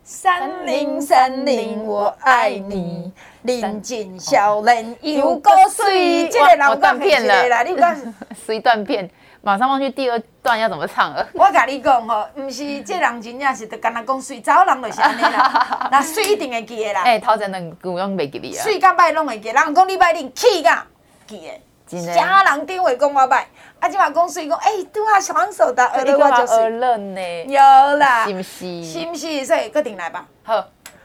S4: 3030，我爱你，临近少年又够水。这个人
S3: 断片了
S4: 啦，你讲
S3: 水断片，马上忘记第2段要怎么唱了。
S4: 我甲你讲吼，毋是这人真正是就干那讲水，查某人就是安尼啦。那水一定会记的啦。
S3: 头前2句拢袂记哩啊。
S4: 水甲歹拢会记，人讲你歹啉气甲记的。啥人顶会讲我歹，即嘛讲水讲，拄啊双手的学了我就水。
S3: 呢？
S4: 有啦，
S3: 是毋是？
S4: 是毋是？所以搁定来吧。
S3: 好。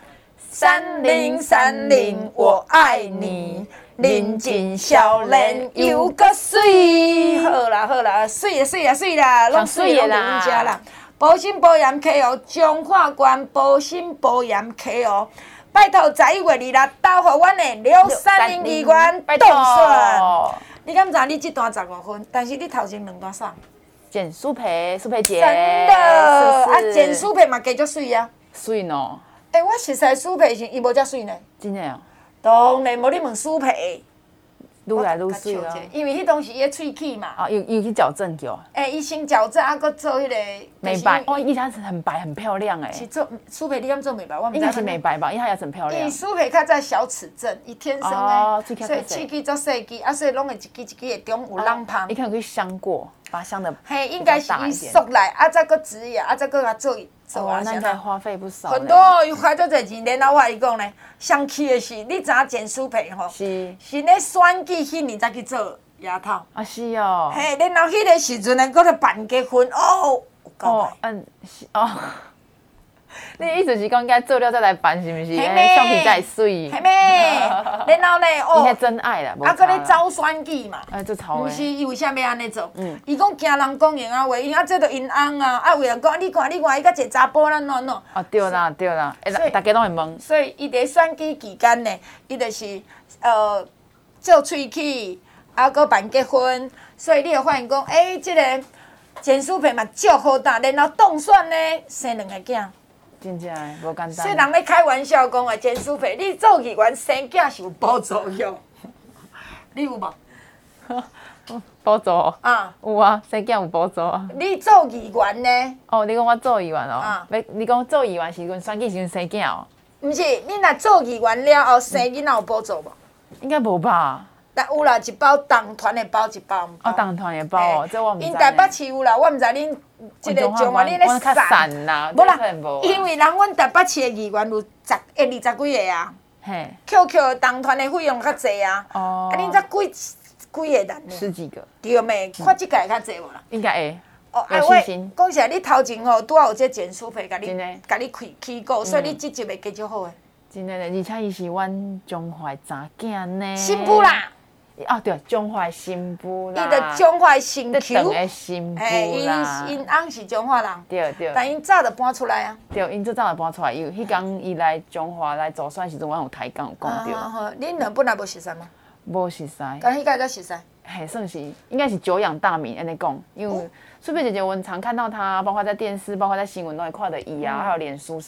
S4: 3030，我爱你，临近少年又搁水。好啦，水啦，拢水拢伫阮遮啦。保心保养 KO 彰化县保心保养 KO。拜托11月26投互阮的630议员当选。你敢知你这段15分，但是你头前2段啥？
S3: 简舒培姐。
S4: 真的，简舒培嘛加足水啊。
S3: 水喏。
S4: 我熟悉舒培时，伊无遮水呢。
S3: 真的哦。
S4: 当然无你问舒培。
S3: 愈来愈水咯。
S4: 因为迄当时伊喙齿嘛。
S3: 啊，有去矫正叫。
S4: 伊先矫正，搁做迄个
S3: 美白。伊牙齿很白很漂亮是
S4: 做舒培，你敢做美白？我
S3: 应该是美白吧，因为她牙齿很漂亮。
S4: 伊舒培较早小齿症，伊天生所以喙齿足细支，所以拢会一支一支的中有浪芳。
S3: 伊可能去镶过，把它镶的。
S4: 嘿，应该是伊缩来，再搁植牙，再搁甲做啊。
S3: 那应该花费不少。
S4: 很多，伊花足侪钱。然后我伊讲呢，上气的是，你知影简舒培吼？是咧选举迄年才去做牙套。
S3: 啊，是哦。
S4: 嘿，然后迄个时阵呢，搁咧办结婚哦，有够歹。
S3: 是哦。你意思是讲，应该做了再来办，是不是？相片才水。
S4: 系咩？然后呢，
S3: 伊迄真爱啦，
S4: 搁咧走选举嘛。
S3: 这超
S4: 毋是，伊为啥要安尼做？伊讲惊人讲闲话，因这都因翁啊，为人讲你看，伊个一个查甫咱喏。
S3: 哦，对啦。大家拢会问。
S4: 所以伊伫选举期间呢，伊就是做喙齿，搁办结婚，所以你会发现讲，这个简舒培嘛足好打，然后当选呢，生2个囝。
S3: 真正无简单。
S4: 所以人咧开玩笑讲啊，简舒培，你做议员生囝是有补助用，你有无？
S3: 补助啊？有啊，生囝有补助啊。
S4: 你做议员呢？
S3: 哦，你讲我做议员哦？你讲做议员时阵选举时阵生囝哦？
S4: 毋是，你若做议员了后生囡仔有补助无？
S3: 应该无吧？
S4: 但有啦，一包党团的包一包。
S3: 党团的包哦，这我唔知。
S4: 因台北市有啦，我毋知恁这个中华恁咧散
S3: 啦，
S4: 无啦，因为人阮台北市的议员有20几个啊。嘿。QQ 党团的费用较济啊。哦。啊，恁才几个人呢
S3: ？10几个。
S4: 对咩？看即届较济无啦？
S3: 应该会。
S4: 有信心。讲实在，你头前吼拄好有这简舒培，甲你起稿，所以你这集会加足好诶。
S3: 真的咧，而且伊是阮中华查囝呢。
S4: 新妇啦。
S3: 哦，对，中华新妇啦。
S4: 伊的中华新妇。
S3: 等的新妇啦。
S4: 因翁是中华人。
S3: 对。
S4: 但因早就搬出来啊。
S3: 对，因早就搬出来，伊迄天伊来中华来助选时阵，我有抬杠有讲到。
S4: 恁两本来无熟悉吗？
S3: 无熟悉。
S4: 敢迄届才熟悉？
S3: 嘿，算是应该是久仰大名安尼讲，因为舒培姐姐我常看到她，包括在电视，包括在新闻都会看到伊啊，还有脸书上。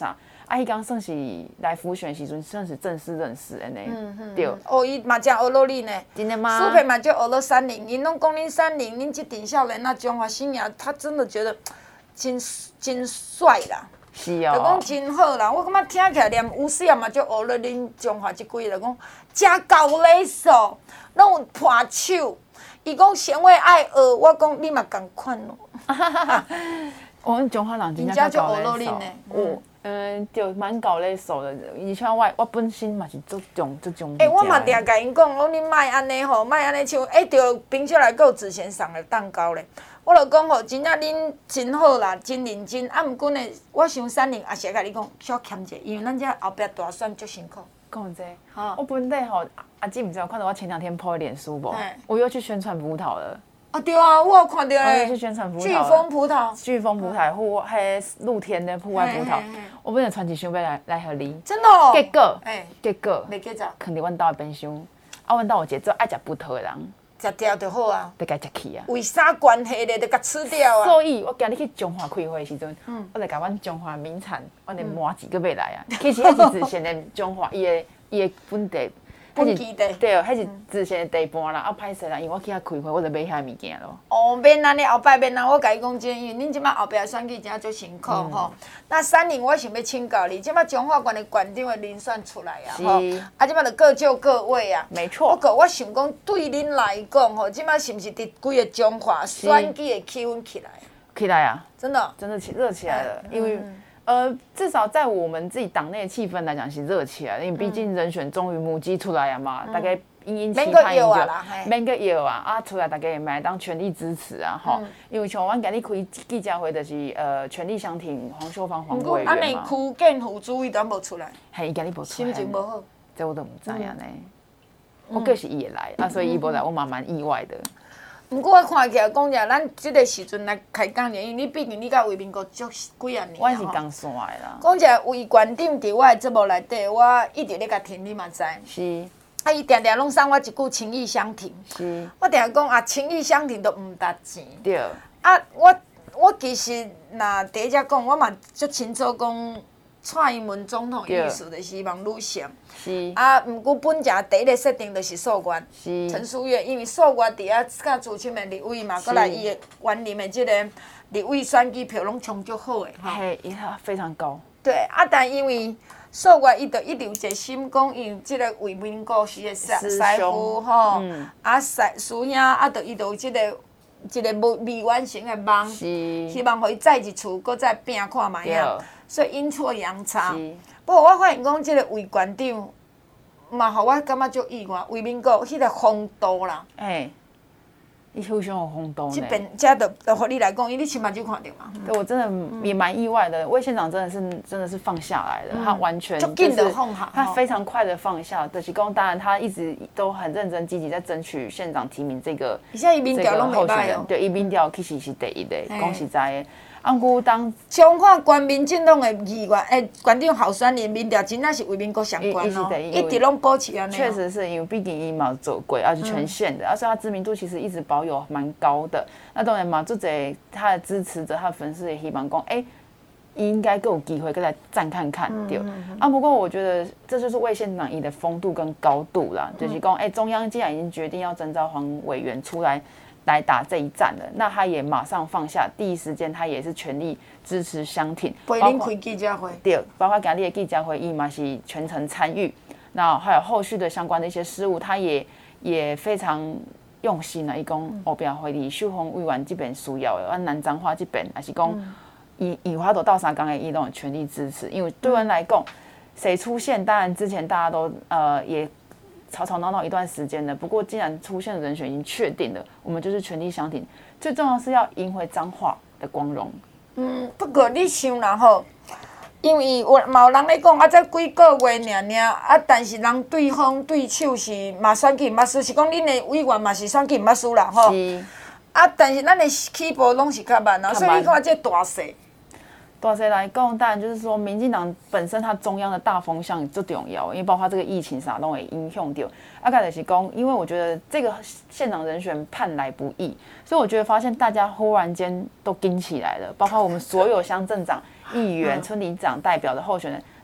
S3: 伊刚算是来辅选时阵，算是正式认识的呢。对。
S2: 哦，伊嘛真学落你呢。
S3: 真的吗？
S2: 苏培嘛就学了30，因拢讲恁30，恁这顶少年啊，中华新芽，他真的觉得真帅啦。
S3: 是哦。
S2: 就讲真好啦，我感觉听起来连有时啊嘛就学了恁中华这几个，就讲真高礼数，拢有破手。伊讲贤惠爱学，我讲你嘛共款咯。
S3: 我们中华人真正就学落恁呢。对，蛮搞礼数的。而且我本身嘛是足重。
S2: 我嘛定甲因讲，讲你莫安尼吼，莫安尼像着冰箱内有之前送的蛋糕咧。我就讲吼，真正恁真好啦，真认真。啊，毋过呢，我想3年也是甲你讲，小欠者，因为咱这后壁大选足辛苦。
S3: 讲这，我本地吼，阿姊唔知有看到我前2天 po 的脸书无？我又去宣传葡萄了。
S2: 啊对啊，我有看到
S3: 我又去宣传葡萄。
S2: 飓风葡萄。
S3: 飓风葡萄，迄露天的户外葡萄，我本来传一箱要来互你。
S2: 真的哦。
S3: 结果，
S2: 袂记着。
S3: 肯定阮兜的冰箱，阮兜有一个做爱食葡萄的人，
S2: 食掉就好啊。
S3: 得甲食去啊。
S2: 为啥关系咧？得甲吃掉啊。
S3: 所以我今日去中华开会的时阵，我就甲阮中华名产，阮的麻糬搁买来啊。其实迄是之前的中华伊的本地。
S2: 本基地
S3: 对，迄是之前的地盘啦，歹势啦，因为我去遐开会，我就买遐物件咯。
S2: 哦，免安尼，后摆免安，我甲你讲真，因为恁即摆后壁选举真足辛苦吼。那3年我想要请教你，即摆中华县的县长的人选出来啊，吼，啊，即摆就各就各位啊。
S3: 没错。
S2: 不过我想讲，对恁来讲吼，即摆是毋是伫规个中华选举的气氛起来？
S3: 起来啊！
S2: 真的
S3: 热起来了，因为。至少在我们自己党内的气氛来讲是热起来，因为毕竟人选终于母鸡出来了嘛，大概殷期盼已久，免个有啊，出来大家也买当全力支持啊，吼，因为像阮今日开记者会就是全力相挺黄秀芳黄委员嘛。
S2: 安尼区建副主委都无出来，
S3: 嘿，伊今日无出来，
S2: 心情无好，
S3: 这我都唔知影呢。我计是伊会来啊，所以伊无来，我嘛蛮意外的。
S2: 毋过我看起来讲者，咱即个时阵来开讲者，因为你毕竟你甲为民国足几啊年。
S3: 我是刚线的啦。
S2: 讲者为县长伫我的节目内底，我一直咧甲听，你嘛知。
S3: 是。
S2: 啊，伊定定拢送我一句情义相挺。
S3: 是。
S2: 我定讲啊，情义相挺都毋值钱。
S3: 对。
S2: 啊，我其实若第一只讲，我嘛足清楚讲。蔡英文总统意思就是希望女性，
S3: 是
S2: 啊，毋过本家第一个设定就是素媛，陈淑月，因为素媛伫遐甲资深的立委嘛，过来伊的园林的即个立委选举票拢冲足好的，
S3: 嘿，伊非常高。
S2: 对，啊，但因为素媛伊就一直有一个心讲，因为即个为民国时的师傅吼，啊师兄啊，就伊就有即个一个未完成的梦，希望互伊再一次搁再拼看卖啊。所以阴错阳差，不过我发现讲，即个魏县长嘛，互我感觉足意外。为民国迄个风度啦，
S3: 伊非常有风度呢。
S2: 即边遮就互你来讲，因为你亲目睭看到嘛。
S3: 对，我真的也蛮意外的。魏县长真的是放下来了，他完全就是他非常快的放下。就是讲，当然他一直都很认真积极在争取县长提名这个候选人。对，伊民调其实是第一的，讲实在的。
S2: 相看全民进党的议员，县长候选人民调真正是为民国上关哦，一直拢保持安尼。
S3: 确实是因为毕竟伊嘛走过，而且全县的，所以他知名度其实一直保有蛮高的。那当然嘛，做者他的支持者、他的粉丝也希望讲，伊应该更有机会再来站看看对。不过我觉得这就是魏县长伊的风度跟高度啦，就是讲，中央既然已经决定要征召黄委员出来打这一战了，那他也马上放下，第一时间他也是全力支持相挺，
S2: 陪恁开记者会，
S3: 对，包括今日的记者会，伊嘛是全程参与，那还有后续的相关的一些事务，他也非常用心啦。伊讲后边会离秀峰委员这边需要的，南彰化这边还是讲以花朵到三江的伊都全力支持，因为对我来讲，谁出现，当然之前大家都也。吵吵闹闹一段时间了，不过既然出现的人选已经确定了，我们就是全力相挺。最重要是要赢回彰化的光荣。
S2: 不过你想啦吼，因为嘛有人咧讲啊，才几个月尔啊，但是人对方对手是嘛选举毋捌输，是讲恁的委员嘛是选举毋捌输啦吼。啊，但是咱的起步拢是较慢啊，所以你看这大势。
S3: 大势来讲，当然就是说，民进党本身它中央的大风向最重要，因为包括这个疫情啥都会影响到。再就是讲，因为我觉得这个县长人选盼来不易，所以我觉得发现大家忽然间都跟起来了，包括我们所有乡镇长、议员、村里长代表的候选人，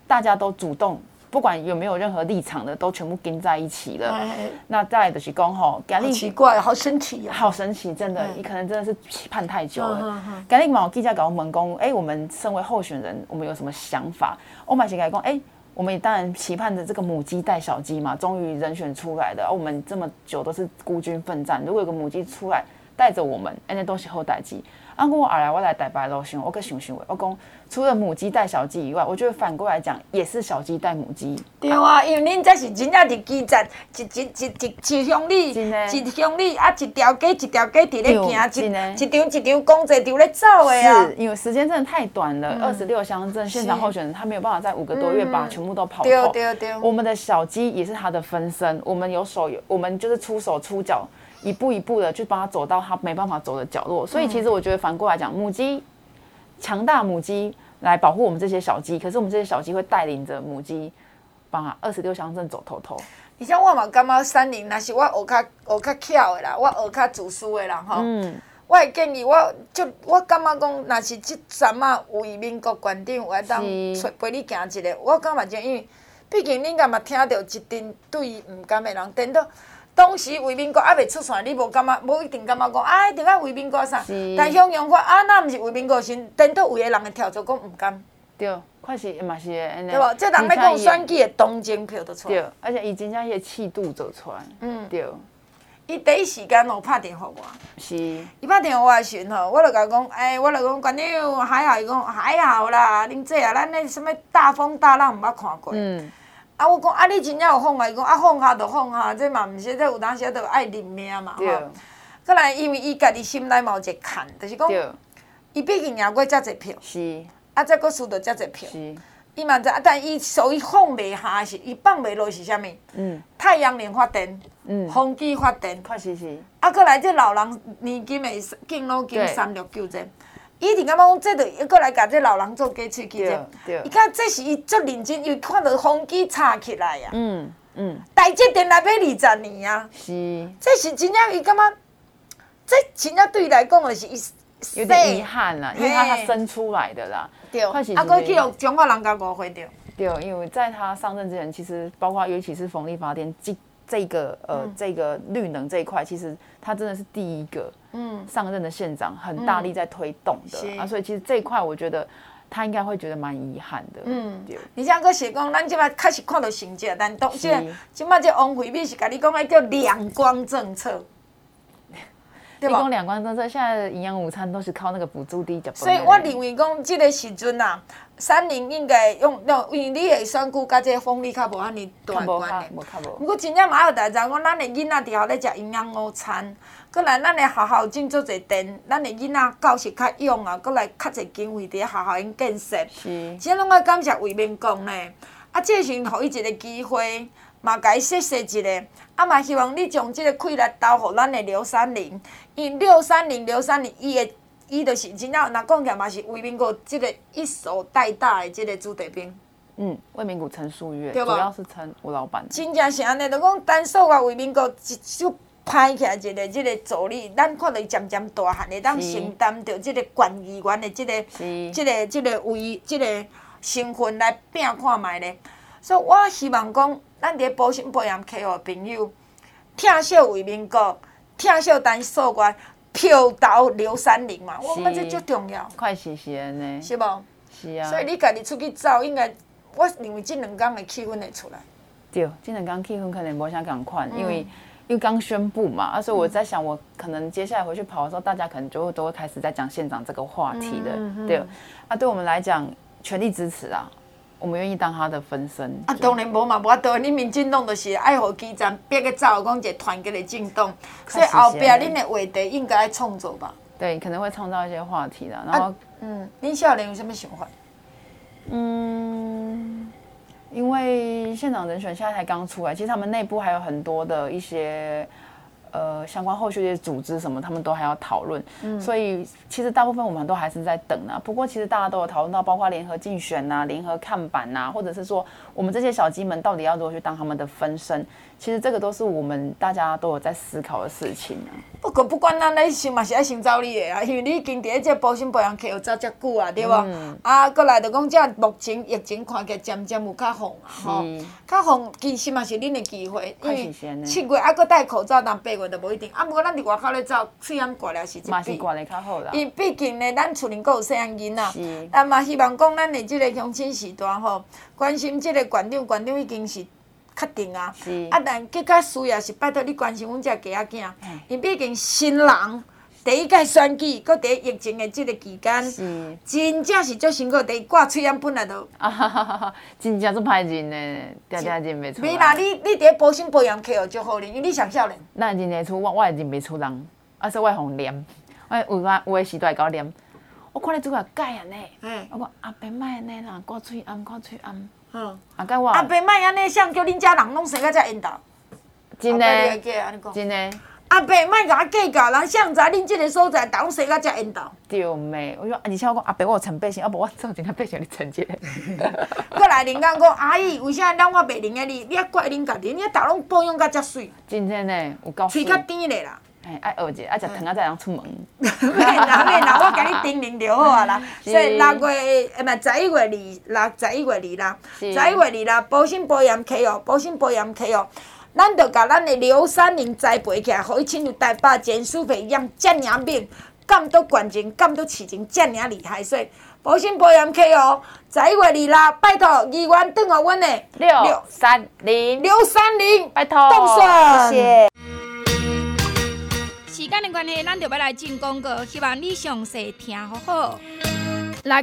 S7: 大家都主动。不管有没有任何立场的，都全部跟在一起了。那再来就是讲吼，
S2: 好奇怪，好神奇
S7: 好神奇，真的，你可能真的是期盼太久了。今日嘛，记者跟我们讲，我们身为候选人，我们有什么想法？我嘛是跟他讲，我们当然期盼着这个母鸡带小鸡嘛，终于人选出来的。我们这么久都是孤军奋战，如果有个母鸡出来带着我们，那都是好代志。我来台北路想，我搁想，我讲除了母鸡带小鸡以外，我觉得反过来讲，也是小鸡带母鸡。
S2: 对啊，因为恁这是真正伫基站，一乡里，一乡里啊，一条街一条街伫咧行，一场公车场咧走的啊。
S7: 是因为时间真的太短了，26乡镇县长候选人他没有办法在5个多月把全部都跑透。对。我们的小鸡也是他的分身，我们我们就是出手出脚。一步一步的去帮他走到他没办法走的角落，所以其实我觉得反过来讲，母鸡强大母鸡来保护我们这些小鸡，可是我们这些小鸡会带领着母鸡把26乡镇走透透。
S2: 而且我嘛感觉山林，若是我学较巧的啦，我学较自私的啦吼。我会建议我感觉讲，若是这站啊为民国县长有爱当陪你行一个，我感觉真，因为毕竟恁敢嘛听到一阵对伊毋甘的人，等到。当时为民国还袂出线，你无感觉，无一定感觉讲，一定要为民国啥？但想想看，那毋是为民国时，等到有个人会跳出讲毋甘。
S7: 对，确实嘛是安尼。
S2: 对无？这人咧讲选举的同情票就出来。
S7: 对，而且伊真正伊的气度走出来。对。
S2: 伊第一时间拍电话互我。
S7: 是。
S2: 伊拍电话我的时候，我就甲伊讲，我就讲县长还好，伊讲还好啦，恁这咱那什么大风大浪毋捌看过。我讲你真正有放啊？伊讲放下就放下，这嘛毋是，这有当时就爱认命嘛吼。再来，因为伊家己心内嘛有一个坎，就是讲，伊毕竟赢过遮侪票，
S7: 是，
S2: 再搁输到遮侪票，
S7: 是。
S2: 伊嘛知，但伊所以放袂下是，伊放袂落是啥物？太阳能发电，风机发电，
S7: 确实是。
S2: 再来这老人年金的敬老金369这。伊一定感觉讲，这就过来甲这老人做假喙齿者。伊看这是伊足认真，伊看到风机插起来呀。台积电来买20年啊。
S7: 是。
S2: 这是真正伊感觉，这真正对伊来讲就是伊
S7: 有点遗憾啦，因为他生出来的啦。
S2: 对。搁去互中华人家误会掉。
S7: 对，因为在他上任之前，其实包括尤其是风力发电这个绿能这一块，其实他真的是第一个上任的县长，很大力在推动的所以其实这一块我觉得他应该会觉得蛮遗憾的。
S2: 而且搁是讲，咱即摆开始看到成绩，但当即摆这王惠美是甲你讲迄叫两光政策。
S7: 提供两光政策，现在的营养午餐都是靠那个补助低，
S2: 所以我认为讲，这个时阵啊，山林应该用，因为你的选举甲这风力较无安尼大关系。不过真正嘛要大家讲，咱的囡仔伫校咧食营养午餐，搁来咱的学校种做侪电，咱的囡仔教室较用啊，搁来较侪经费伫学校因建设。是。即拢爱感谢为民国呢，这是互伊一个机会。嘛，甲伊说一个，嘛希望你将即个气力投互咱的刘三林，因刘三林，伊就是真正若讲起来嘛是为民国即个一手带大的即个子弟兵。
S7: 为民国陈树月，主要是陈吴老板。
S2: 真正是安尼，就讲单数啊为民国一手拍起来即个助力，咱看到伊渐渐大汉，会当承担着即个县议员的即个位即个身份来拼看卖咧。所以我希望讲。咱伫保心保养客户朋友，听小为民国，听小单数月，票投刘三林嘛，我们这最重要。
S7: 快是安尼，
S2: 是无？
S7: 是啊。
S2: 所以你家己出去走，应该我认为这2天的气氛会出来。
S7: 对，这2天气氛可能无啥共款，因为刚宣布嘛，所以我在想，我可能接下来回去跑的时候，大家可能都会开始在讲县长这个话题的。对，对我们来讲，全力支持啊。我们愿意当他的分身
S2: 当然无嘛，无法度。你民进党就是爱互基层逼个走，讲一个团结的政党，所以后壁恁的话题应该创作吧。
S7: 对，可能会创造一些话题啦。然后，
S2: 恁少年有什么想法？
S7: 因为县长人选现在才刚出来，其实他们内部还有很多的一些相关后续的组织什么，他们都还要讨论。所以其实大部分我们都还是在等啊。不过其实大家都有讨论到，包括联合竞选啊、联合看板啊，或者是说我们这些小鸡们到底要如何去当他们的分身。其实这个都是我们大家都有在思考的事情啊。
S2: 不过不管咱咧想嘛是爱先走你的啊，因为你已经伫这保险保养课走遮久啊，对无？啊，过来就讲这目前疫情看起来渐渐有较放啊，吼，较放其实嘛是恁的机会，因为7月啊，搁戴口罩，但8月就无一定。啊，不过咱伫外口咧走，喙炎刮了是一比。
S7: 嘛是刮得较好啦。
S2: 因毕竟呢，咱厝里搁有细汉囡仔，但嘛希望讲咱的这个乡亲时代吼，关心这个馆长已经是。确定啊！啊，但更较需要是拜托你关心阮遮家仔囝，因毕竟新人第一届选举，搁伫疫情的这个期间，真正是足辛苦。第一挂喙炎本来就
S7: 真正足歹忍的，定忍袂出来。
S2: 袂啦，你伫保险保养课哦，足好忍，因为你上少年。
S7: 咱忍得出，我会忍袂出人，啊，所以我会互念，有的时都会甲我念。我看你做个改安尼，我讲阿伯莫安尼啦，刮喙炎，刮喙炎。啊，甲我
S2: 阿伯莫安尼，谁叫恁遮人拢生到遮缘投？
S7: 真的，真的。
S2: 阿伯莫甲我计较，人谁知恁即个所在，人拢生到遮缘投？
S7: 对妹，我说，而且我讲阿伯，我有陈百姓，啊无我做真正百姓你陈一个。
S2: 过来人讲讲阿姨，为啥咱我袂认得你？你啊怪恁家己，你啊头拢保养甲遮水。
S7: 真正呢，有够水。
S2: 喙较甜咧啦。
S7: 爱学者，食糖仔才通出门。
S2: 免啦，我甲你叮咛就好啊啦。所以6月11月2啦，11月2啦，保险保养课哦，咱着甲咱的刘三林栽培起来，互伊进入台北检署培养遮尔猛，监督管情、监督市情遮尔厉害，所以保险保养课哦，11月2啦，拜托议员转互阮的630，
S7: 拜托，
S2: 动算，
S7: 谢谢。
S4: 时间的关系，咱就要来进广告，希望你详细听好好。来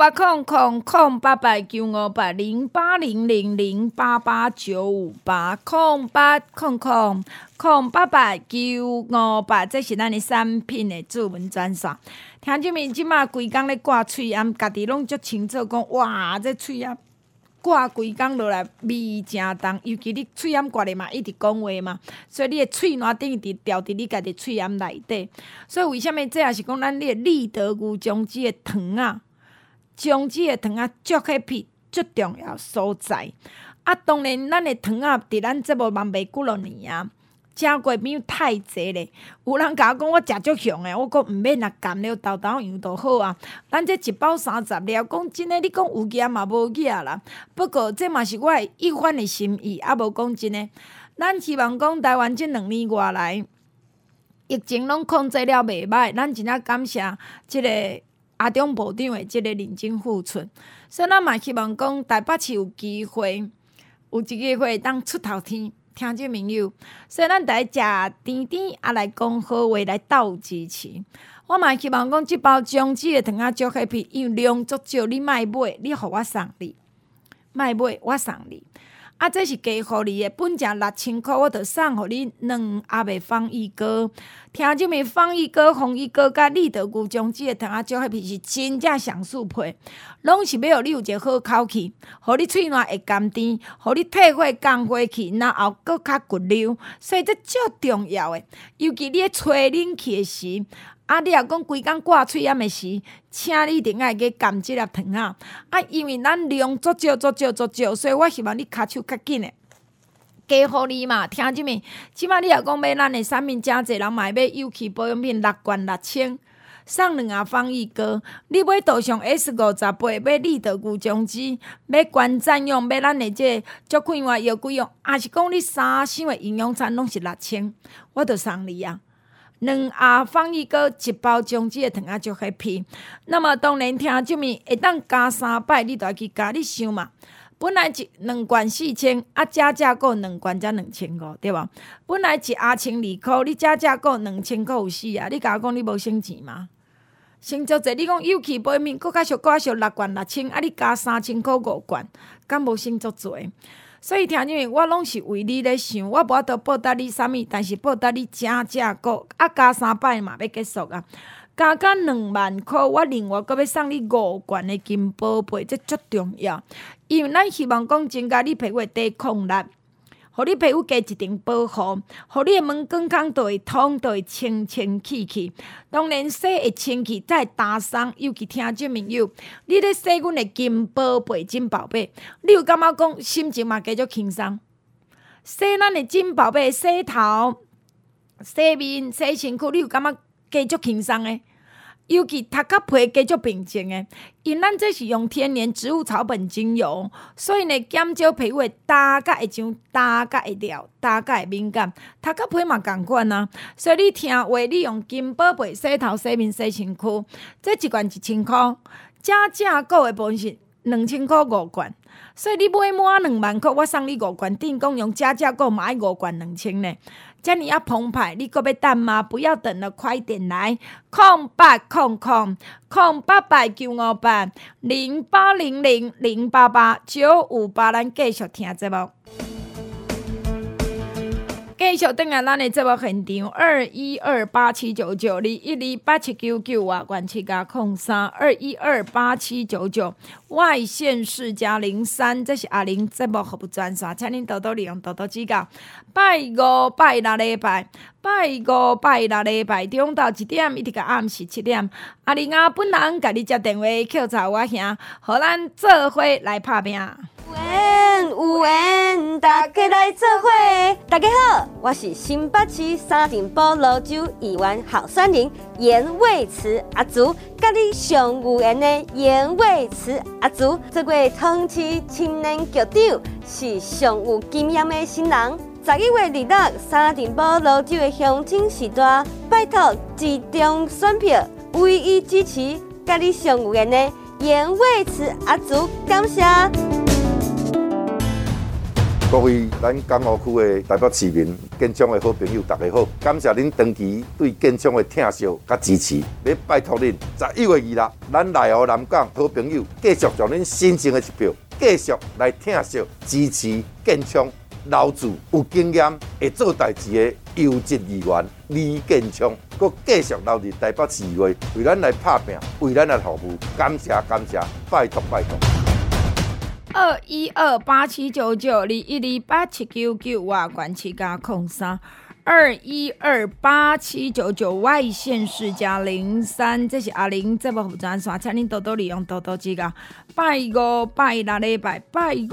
S4: 0800-088-9580888-958，这是咱的产品的主文专线。听众们，即马规工咧挂喙炎，家己拢足清楚讲，哇，这喙炎。挂规工落来味真重，尤其你喙炎挂咧嘛，一直讲话嘛，所以你的喙烂顶直掉伫你家己喙炎内底。所以为什么这也是讲咱你的利德牛姜子的糖啊？姜子的糖啊，足起皮最重要所在。啊，当然咱的糖啊，伫咱节目嘛袂几落年啊。食过饼太济咧，有人甲我讲我食足香诶，我讲毋免啦，甘了豆豆样就好啊。咱这一包30粒，讲真诶，你讲有额嘛无额啦。不过这嘛是我的一番的心意，啊无讲真诶。咱希望讲台湾这2年外来，疫情拢控制了袂歹，咱真正感谢即个阿中部长的即个认真付出。所以咱嘛希望讲台北市有机会当出头天。听众朋友，所以咱来食甜甜，也来讲好话，来斗支持。我嘛希望讲，即包姜子的糖仔足起皮，因为量足少，你莫买，你互我送你，莫买我送你。啊，这是加互你的，本价6000块，我着送互你2盒的防疫膏。听众们，防疫膏、防疫膏甲利德牛姜子的糖仔足起皮是真正上速配，拢是要互你有一个好口气，互你喙烂会甘甜，互你退火降火气，然后搁较骨溜，所以这足重要的。尤其你咧吹冷气的时。啊！你若讲规工挂喙炎的时，请你一定爱去含即粒糖啊！啊，因为咱量足少，所以我希望你骹手较紧的，加互你嘛。听即面，即摆你若讲买咱的产品，诚济人嘛会买有机保养品6罐6000，送2盒防疫膏。你买道上 S58，买利德牛姜子，买关赞用，买咱的这足快活药规用，也是讲你3箱的营养餐拢是6000，我着送你啊！2盒防疫膏，1包姜子的糖仔足起皮。那么当然听众们会当加3摆，你就要去加。你想嘛，本来2罐4000，啊加购2罐才2500，对无？本来1盒1200块，你加购2000块有4啊？你甲我讲你无省钱吗？省足济，你讲有机保养品，搁较俗6罐6000，啊你加3000块5罐，敢无省足济？所以听众们，我拢是为你咧想，我无法度报答你啥物，但是报答你正个，啊加3摆嘛要结束啊，加2万块，我另外搁要送你5罐的金宝贝，这足重要，因为咱希望讲增加你皮肤抵抗力， 互你皮肤加一层保护，互你的毛孔孔就会通，就会清清气气。当然洗会清气，再打霜，尤其听众朋友，你咧洗阮的金宝贝、金宝贝，你有感觉讲心情嘛加足轻松？洗咱的金宝贝，洗头、洗面、洗身躯，你有感觉加足轻松的？尤其头壳皮加足平静的，因咱这是用天然植物草本精油，所以呢减少皮肤的焦甲会痒、焦甲会掉、焦甲会敏感，头壳皮嘛同款啊。所以你听话，你用金宝贝洗头、洗面、洗身躯，这一罐1000块，正购的部分是2000块5罐。所以你买满2万块，我送你5罐，顶讲用加购嘛要5罐2000呢。这样澎湃，你搁要等吗？不要等了，快点来！0800-0800-0800-0888-958，咱继续听节目。继续等下咱的节目现场212879921128799外管7加0321287799外县市加03，这是阿玲节目服务专线，请您多多利用，多多指教。拜5拜6礼拜中到1点一直到暗时7点，阿玲本人甲你接电话扣查我兄，互咱做伙来拍拼。
S8: 有缘，大家来做伙。大家好，我是新北市沙丁堡蘆洲议员候选人严惠慈阿竹，甲你上有缘的严惠慈阿竹，这位同市青年局长是上有经验的新人。11月26日，沙丁堡蘆洲的乡亲时代，拜托集中选票，唯一支持甲你上有缘的严惠慈阿竹，感谢。
S9: 各位咱港湖区的台北市民、建昌的好朋友，大家好！感谢恁长期对建昌的疼惜甲支持，要拜托恁11月26日，咱内湖南港好朋友继续将恁新增的一票，继续来疼惜支持建昌老主有经验、会做代志的优质议员李建昌，佮继续留伫台北市议会，为咱来拍拼，为咱来服务。感谢，拜托。
S4: 212879921128799外管7加0321287799外县市加03，这是阿玲节目服务专线，请您多多利用，多多指教。拜5拜6礼拜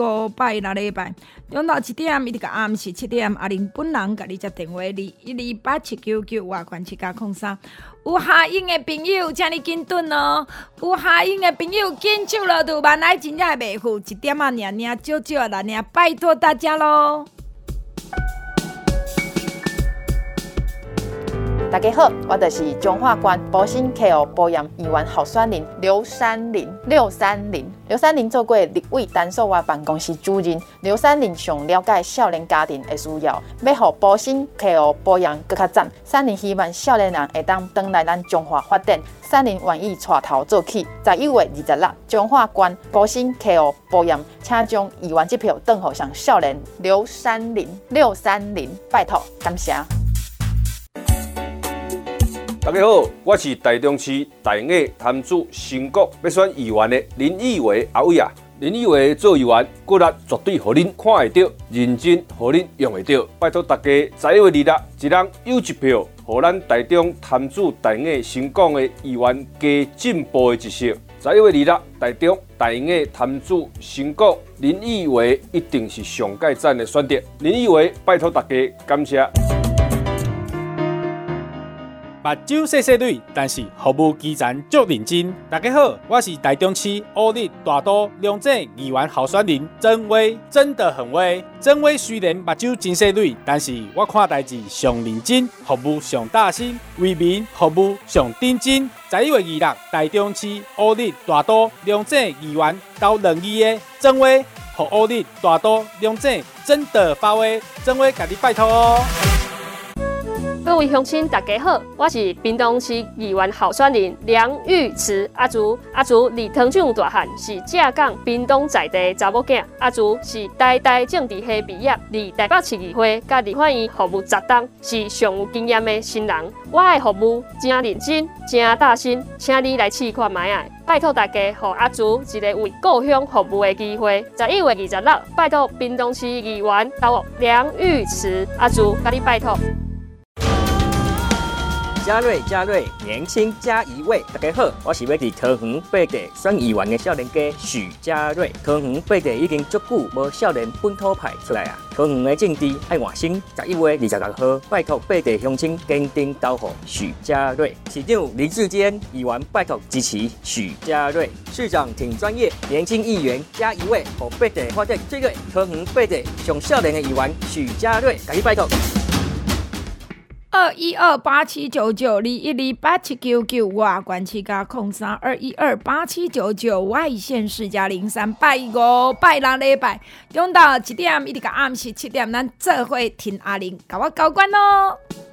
S4: 中到1点一直到暗时7点，阿玲本人甲你接电话2128799外管7加03。有下音的朋友，请你紧顿哦！有下音的朋友，紧手落肚，万来真正袂付，1点啊，少啦，拜托大家咯！
S7: 大家好，我就是中华县保新 KO 保养议员候选人刘三林。刘三林做过立委单数外办公室主任。刘三林上了解少年家庭的需要，要互保新 KO 保养更较赞。三林希望少年人会当回来咱中华发展。三林愿意带头做起。11月26日，中华县保新 KO 保养，请将议员这票转互上少年刘三林，拜托，感谢。
S5: 大家好，我是台中市大雅潭子新国要选议员的林义伟阿伟啊。林义伟做议员，骨力绝对互恁看会到，认真互恁用会到。拜托大家11月26日，一人有一票，互咱台中潭子大雅新港的议员加进步的一色。11月26日，台中大雅潭子新港林义伟一定是上界赞的选择。林义伟，拜托大家，感谢。
S6: 目睭细细蕊，但是服务基层足认真。大家好，我是台中市乌日大都两镇议员候选人曾威，真的很威。曾威虽然目睭真细蕊，但是我看代志上认真，服务上大心，为民服务上认真。11月26日，台中市乌日大都两镇议员斗2议的曾威，和乌日大都两镇真的发威，曾威甲你拜托哦。
S4: 各
S10: 位乡亲大家好，我是屏东市议员候选人梁玉慈阿竹。阿竹离汤厂大汉，是正港屏东在地查某囝。阿竹是代代政治系毕业，离台北市议会甲立法院服务10年，是上有经验的新人。我的服务真认真，真大心，请你来试看卖啊！拜托大家，给阿竹一个为故乡服务的机会。11月26日，拜托屏东市议员到梁玉慈阿竹，甲你拜托。
S11: 嘉瑞，年轻加一位。大家好，我是要伫桃园八地选议员的少年家许嘉瑞。桃园八地已经足久无少年本土派出来啊！桃园的政治爱换新，11月26号，拜托八地乡亲坚定投予许嘉瑞。市长林志坚议员拜托支持许嘉瑞。市长挺专业，年轻议员加一位，予八地发展最个桃园八地上少年的议员许嘉瑞，甲你拜托。
S4: 212879921287799外关市加0321287799外县市加03拜5拜6礼拜中昼1点一直到暗时7点，咱做伙听阿玲甲我交关咯。